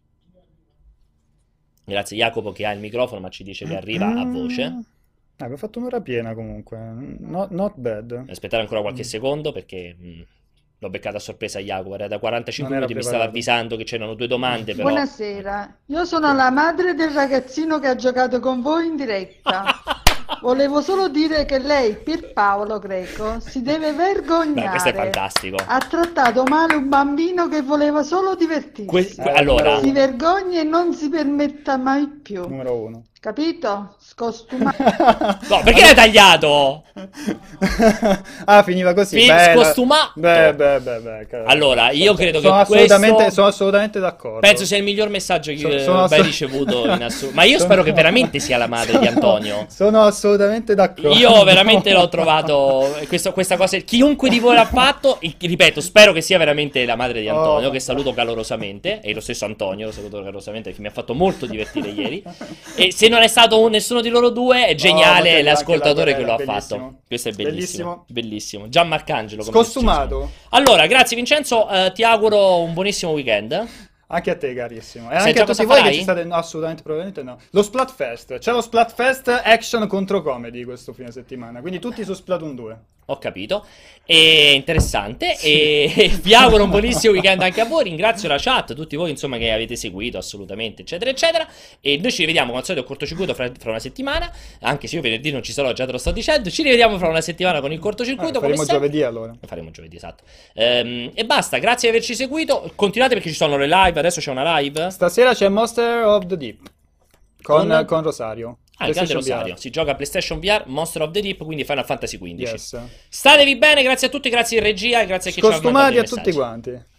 Grazie Jacopo che ha il microfono, ma ci dice che arriva a voce. Abbiamo fatto un'ora piena comunque. Not bad. Aspettare ancora qualche secondo perché... l'ho beccata a sorpresa Jacopo, era da 45 minuti, mi stava avvisando che c'erano 2 domande. Però... Buonasera, io sono la madre del ragazzino che ha giocato con voi in diretta. Volevo solo dire che lei, Pierpaolo Greco, si deve vergognare. Beh, questo è fantastico. Ha trattato male un bambino che voleva solo divertirsi. Allora... Si vergogna e non si permetta mai più. Numero 1. Capito? Scostumato. No, perché l'hai tagliato? Ah, finiva così. Scostumato. Beh. Allora, io credo sono assolutamente d'accordo. Penso sia il miglior messaggio che hai ricevuto in assoluto. Ma io spero che veramente sia la madre di Antonio. Sono assolutamente d'accordo. Io veramente l'ho trovato questa cosa. Chiunque di voi l'ha fatto, ripeto, spero che sia veramente la madre di Antonio, che saluto calorosamente. E lo stesso Antonio lo saluto calorosamente, che mi ha fatto molto divertire ieri. E se non è stato nessuno di loro due, è geniale l'ascoltatore che lo ha fatto. Questo è bellissimo. Gianmarcangelo. Scostumato. Allora, grazie Vincenzo, ti auguro un buonissimo weekend. Anche a te, carissimo. E anche a tutti voi che ci state... No, assolutamente, probabilmente no. Lo Splatfest. C'è lo Splatfest action contro comedy questo fine settimana. Quindi tutti su Splatoon 2. Ho capito. E interessante. Sì. E vi auguro un buonissimo weekend anche a voi. Ringrazio la chat, tutti voi insomma che avete seguito assolutamente, eccetera, eccetera. E noi ci rivediamo con il solito cortocircuito fra una settimana. Anche se io venerdì non ci sarò, già te lo sto dicendo. Ci rivediamo fra una settimana con il cortocircuito. Faremo giovedì allora. Faremo giovedì, esatto. E basta, grazie di averci seguito. Continuate perché ci sono le live. Adesso c'è una live. Stasera c'è Monster of the Deep con Rosario. Ah, il grande Rosario. Si gioca a PlayStation VR, Monster of the Deep, quindi Final Fantasy XV. Yes. Statevi bene, grazie a tutti, grazie in regia e grazie a chi ci ha mandato i messaggi. a tutti quanti.